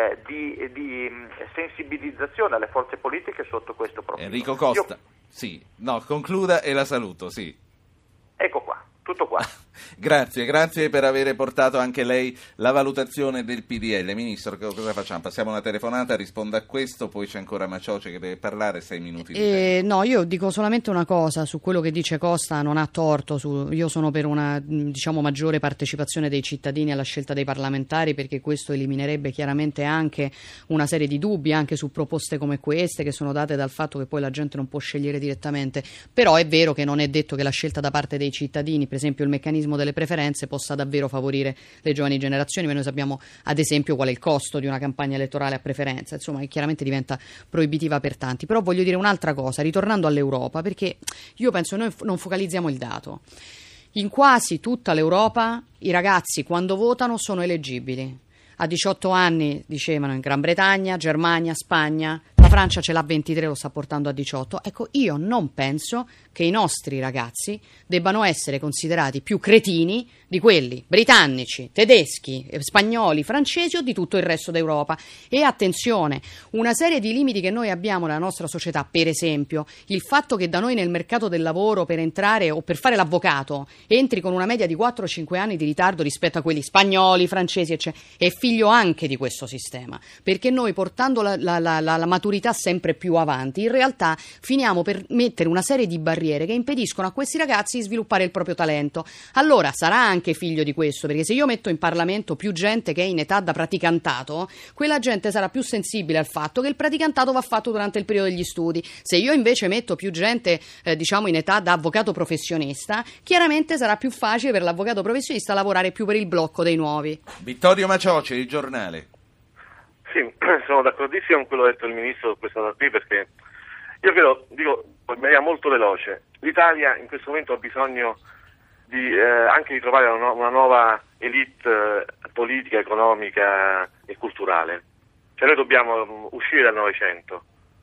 di sensibilizzazione alle forze politiche sotto questo profilo. Enrico Costa, concluda e la saluto, sì. Ecco qua. Tutto qua. Grazie per aver portato anche lei la valutazione del PDL. Ministro, cosa facciamo? Passiamo una telefonata, risponda a questo, poi c'è ancora Macioce che deve parlare, 6 minuti di tempo. No, io dico solamente una cosa su quello che dice Costa, non ha torto, io sono per una maggiore partecipazione dei cittadini alla scelta dei parlamentari, perché questo eliminerebbe chiaramente anche una serie di dubbi anche su proposte come queste, che sono date dal fatto che poi la gente non può scegliere direttamente. Però è vero che non è detto che la scelta da parte dei cittadini, per esempio il meccanismo delle preferenze, possa davvero favorire le giovani generazioni, ma noi sappiamo ad esempio qual è il costo di una campagna elettorale a preferenza, insomma, che chiaramente diventa proibitiva per tanti. Però voglio dire un'altra cosa, ritornando all'Europa, perché io penso noi non focalizziamo il dato. In quasi tutta l'Europa i ragazzi quando votano sono eleggibili. A 18 anni, dicevano, in Gran Bretagna, Germania, Spagna, la Francia ce l'ha 23, lo sta portando a 18. Ecco, io non penso che i nostri ragazzi debbano essere considerati più cretini di quelli britannici, tedeschi, spagnoli, francesi o di tutto il resto d'Europa. E attenzione, una serie di limiti che noi abbiamo nella nostra società, per esempio il fatto che da noi nel mercato del lavoro per entrare o per fare l'avvocato entri con una media di 4-5 anni di ritardo rispetto a quelli spagnoli, francesi, eccetera, è figlio anche di questo sistema, perché noi portando la maturità sempre più avanti, in realtà finiamo per mettere una serie di barriere che impediscono a questi ragazzi di sviluppare il proprio talento. Allora sarà anche figlio di questo, perché se io metto in Parlamento più gente che è in età da praticantato, quella gente sarà più sensibile al fatto che il praticantato va fatto durante il periodo degli studi. Se io invece metto più gente in età da avvocato professionista, chiaramente sarà più facile per l'avvocato professionista lavorare più per il blocco dei nuovi. Vittorio Macioce, Il Giornale. Sì, sono d'accordissimo con quello detto il Ministro su questa cosa qui, perché io credo, dico in maniera molto veloce, l'Italia in questo momento ha bisogno anche di trovare una nuova elite politica, economica e culturale. Cioè noi dobbiamo uscire dal Novecento,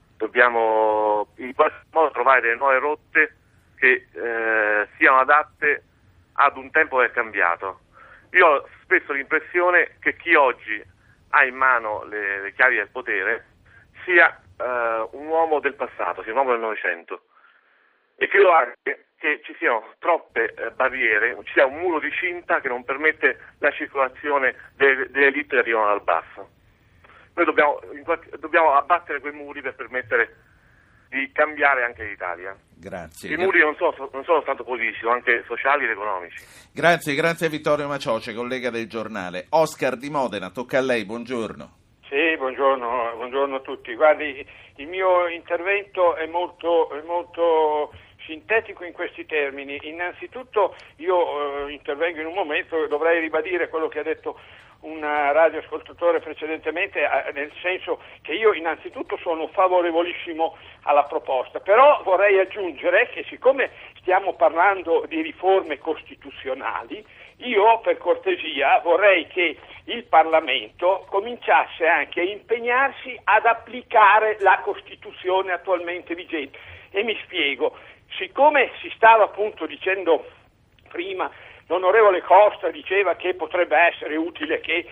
dobbiamo in qualche modo trovare delle nuove rotte che siano adatte ad un tempo che è cambiato. Io ho spesso l'impressione che chi oggi ha in mano le chiavi del potere sia un uomo del passato, sia un uomo del Novecento, e credo anche che ci siano troppe barriere, ci sia un muro di cinta che non permette la circolazione delle elite che arrivano dal basso. Noi dobbiamo abbattere quei muri per permettere di cambiare anche l'Italia. Grazie. I muri non sono soltanto politici, sono anche sociali ed economici. Grazie a Vittorio Macioce, collega del Giornale. Oscar di Modena, tocca a lei, buongiorno. Sì, buongiorno a tutti. Guardi, il mio intervento è molto sintetico in questi termini. Innanzitutto io intervengo in un momento, dovrei ribadire quello che ha detto un radioascoltatore precedentemente, nel senso che io innanzitutto sono favorevolissimo alla proposta, però vorrei aggiungere che siccome stiamo parlando di riforme costituzionali, io per cortesia vorrei che il Parlamento cominciasse anche a impegnarsi ad applicare la Costituzione attualmente vigente. E mi spiego, siccome si stava appunto dicendo prima, l'onorevole Costa diceva che potrebbe essere utile che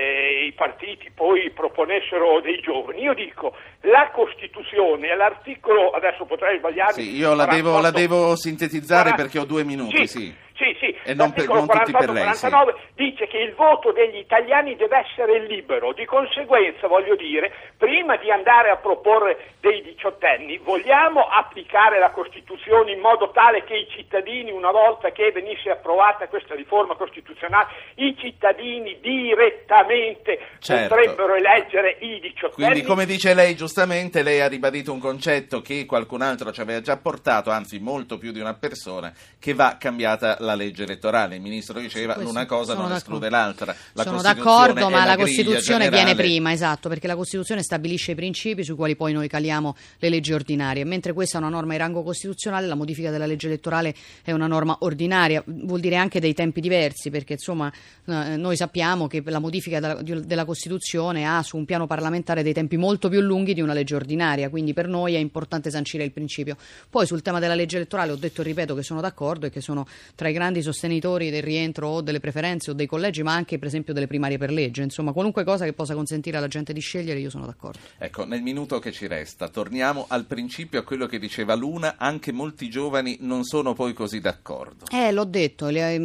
i partiti poi proponessero dei giovani. Io dico, la Costituzione, all'articolo, adesso potrei sbagliarmi... Sì, io la devo sintetizzare perché ho 2 minuti, sì. Sì, e non tutti per lei, 49 dice che il voto degli italiani deve essere libero, di conseguenza, voglio dire, prima di andare a proporre dei diciottenni, vogliamo applicare la Costituzione in modo tale che i cittadini, una volta che venisse approvata questa riforma costituzionale, i cittadini direttamente potrebbero eleggere i diciottenni. Quindi, come dice lei giustamente, lei ha ribadito un concetto che qualcun altro ci aveva già portato, anzi molto più di una persona, che va cambiata la legge elettorale. Il Ministro diceva una cosa non esclude l'altra. Sono d'accordo, ma la Costituzione viene prima, esatto, perché la Costituzione stabilisce i principi sui quali poi noi caliamo le leggi ordinarie, mentre questa è una norma di rango costituzionale, la modifica della legge elettorale è una norma ordinaria, vuol dire anche dei tempi diversi, perché insomma noi sappiamo che la modifica della Costituzione ha su un piano parlamentare dei tempi molto più lunghi di una legge ordinaria, quindi per noi è importante sancire il principio. Poi sul tema della legge elettorale ho detto e ripeto che sono d'accordo e che sono tra i grandi sostenitori del rientro o delle preferenze o dei collegi, ma anche per esempio delle primarie per legge. Insomma, qualunque cosa che possa consentire alla gente di scegliere, io sono d'accordo. Ecco, nel minuto che ci resta torniamo al principio, a quello che diceva Luna, anche molti giovani non sono poi così d'accordo. L'ho detto,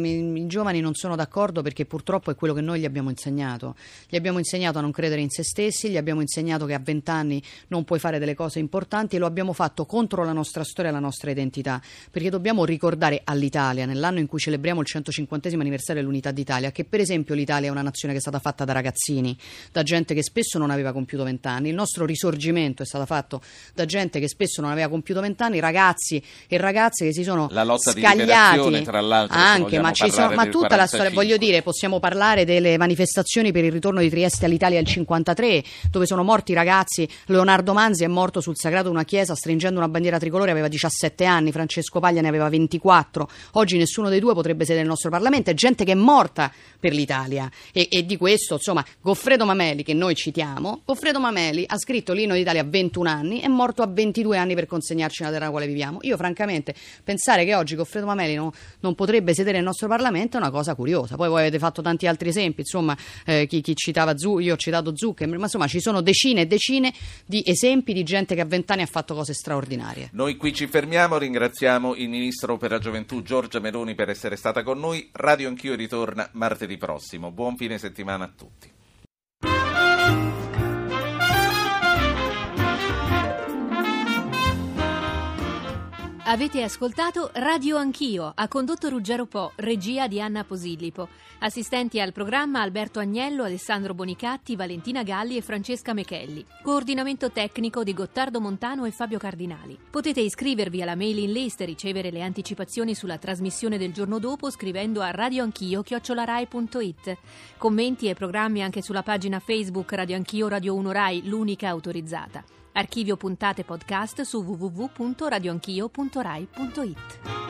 i giovani non sono d'accordo perché purtroppo è quello che noi gli abbiamo insegnato. Gli abbiamo insegnato a non credere in se stessi, gli abbiamo insegnato che a 20 anni non puoi fare delle cose importanti, e lo abbiamo fatto contro la nostra storia e la nostra identità, perché dobbiamo ricordare all'Italia, nell'anno in cui celebriamo il 150° anniversario dell'Unità d'Italia, che per esempio l'Italia è una nazione che è stata fatta da ragazzini, da gente che spesso non aveva compiuto 20 anni. Il nostro risorgimento è stato fatto da gente che spesso non aveva compiuto 20 anni, ragazzi e ragazze che si sono la lotta scagliati, di liberazione, tra l'altro, anche, ma tutta 45. la storia, voglio dire, possiamo parlare delle manifestazioni per il ritorno di Trieste all'Italia del 53, dove sono morti ragazzi. Leonardo Manzi è morto sul sagrato di una chiesa stringendo una bandiera tricolore, aveva 17 anni, Francesco Paglia ne aveva 24. Oggi nessuno dei due potrebbe sedere nel nostro Parlamento, è gente che è morta per l'Italia, e di questo insomma Goffredo Mameli, che noi citiamo, Goffredo Mameli ha scritto l'Inno d'Italia a 21 anni, è morto a 22 anni per consegnarci la terra nella quale viviamo. Io francamente pensare che oggi Goffredo Mameli non potrebbe sedere nel nostro Parlamento è una cosa curiosa. Poi voi avete fatto tanti altri esempi, insomma, chi citava io ho citato Zuckerberg, ma insomma ci sono decine e decine di esempi di gente che a 20 anni ha fatto cose straordinarie. Noi qui ci fermiamo, ringraziamo il Ministro per la Gioventù Giorgia Meloni per essere stata con noi. Radio Anch'io ritorna martedì prossimo. Buon fine settimana a tutti. Avete ascoltato Radio Anch'io, ha condotto Ruggero Po, regia di Anna Posillipo. Assistenti al programma Alberto Agnello, Alessandro Bonicatti, Valentina Galli e Francesca Mechelli. Coordinamento tecnico di Gottardo Montano e Fabio Cardinali. Potete iscrivervi alla mailing list e ricevere le anticipazioni sulla trasmissione del giorno dopo scrivendo a radioanchio@rai.it. Commenti e programmi anche sulla pagina Facebook Radio Anch'io Radio 1 Rai, l'unica autorizzata. Archivio puntate podcast su www.radioanchio.rai.it.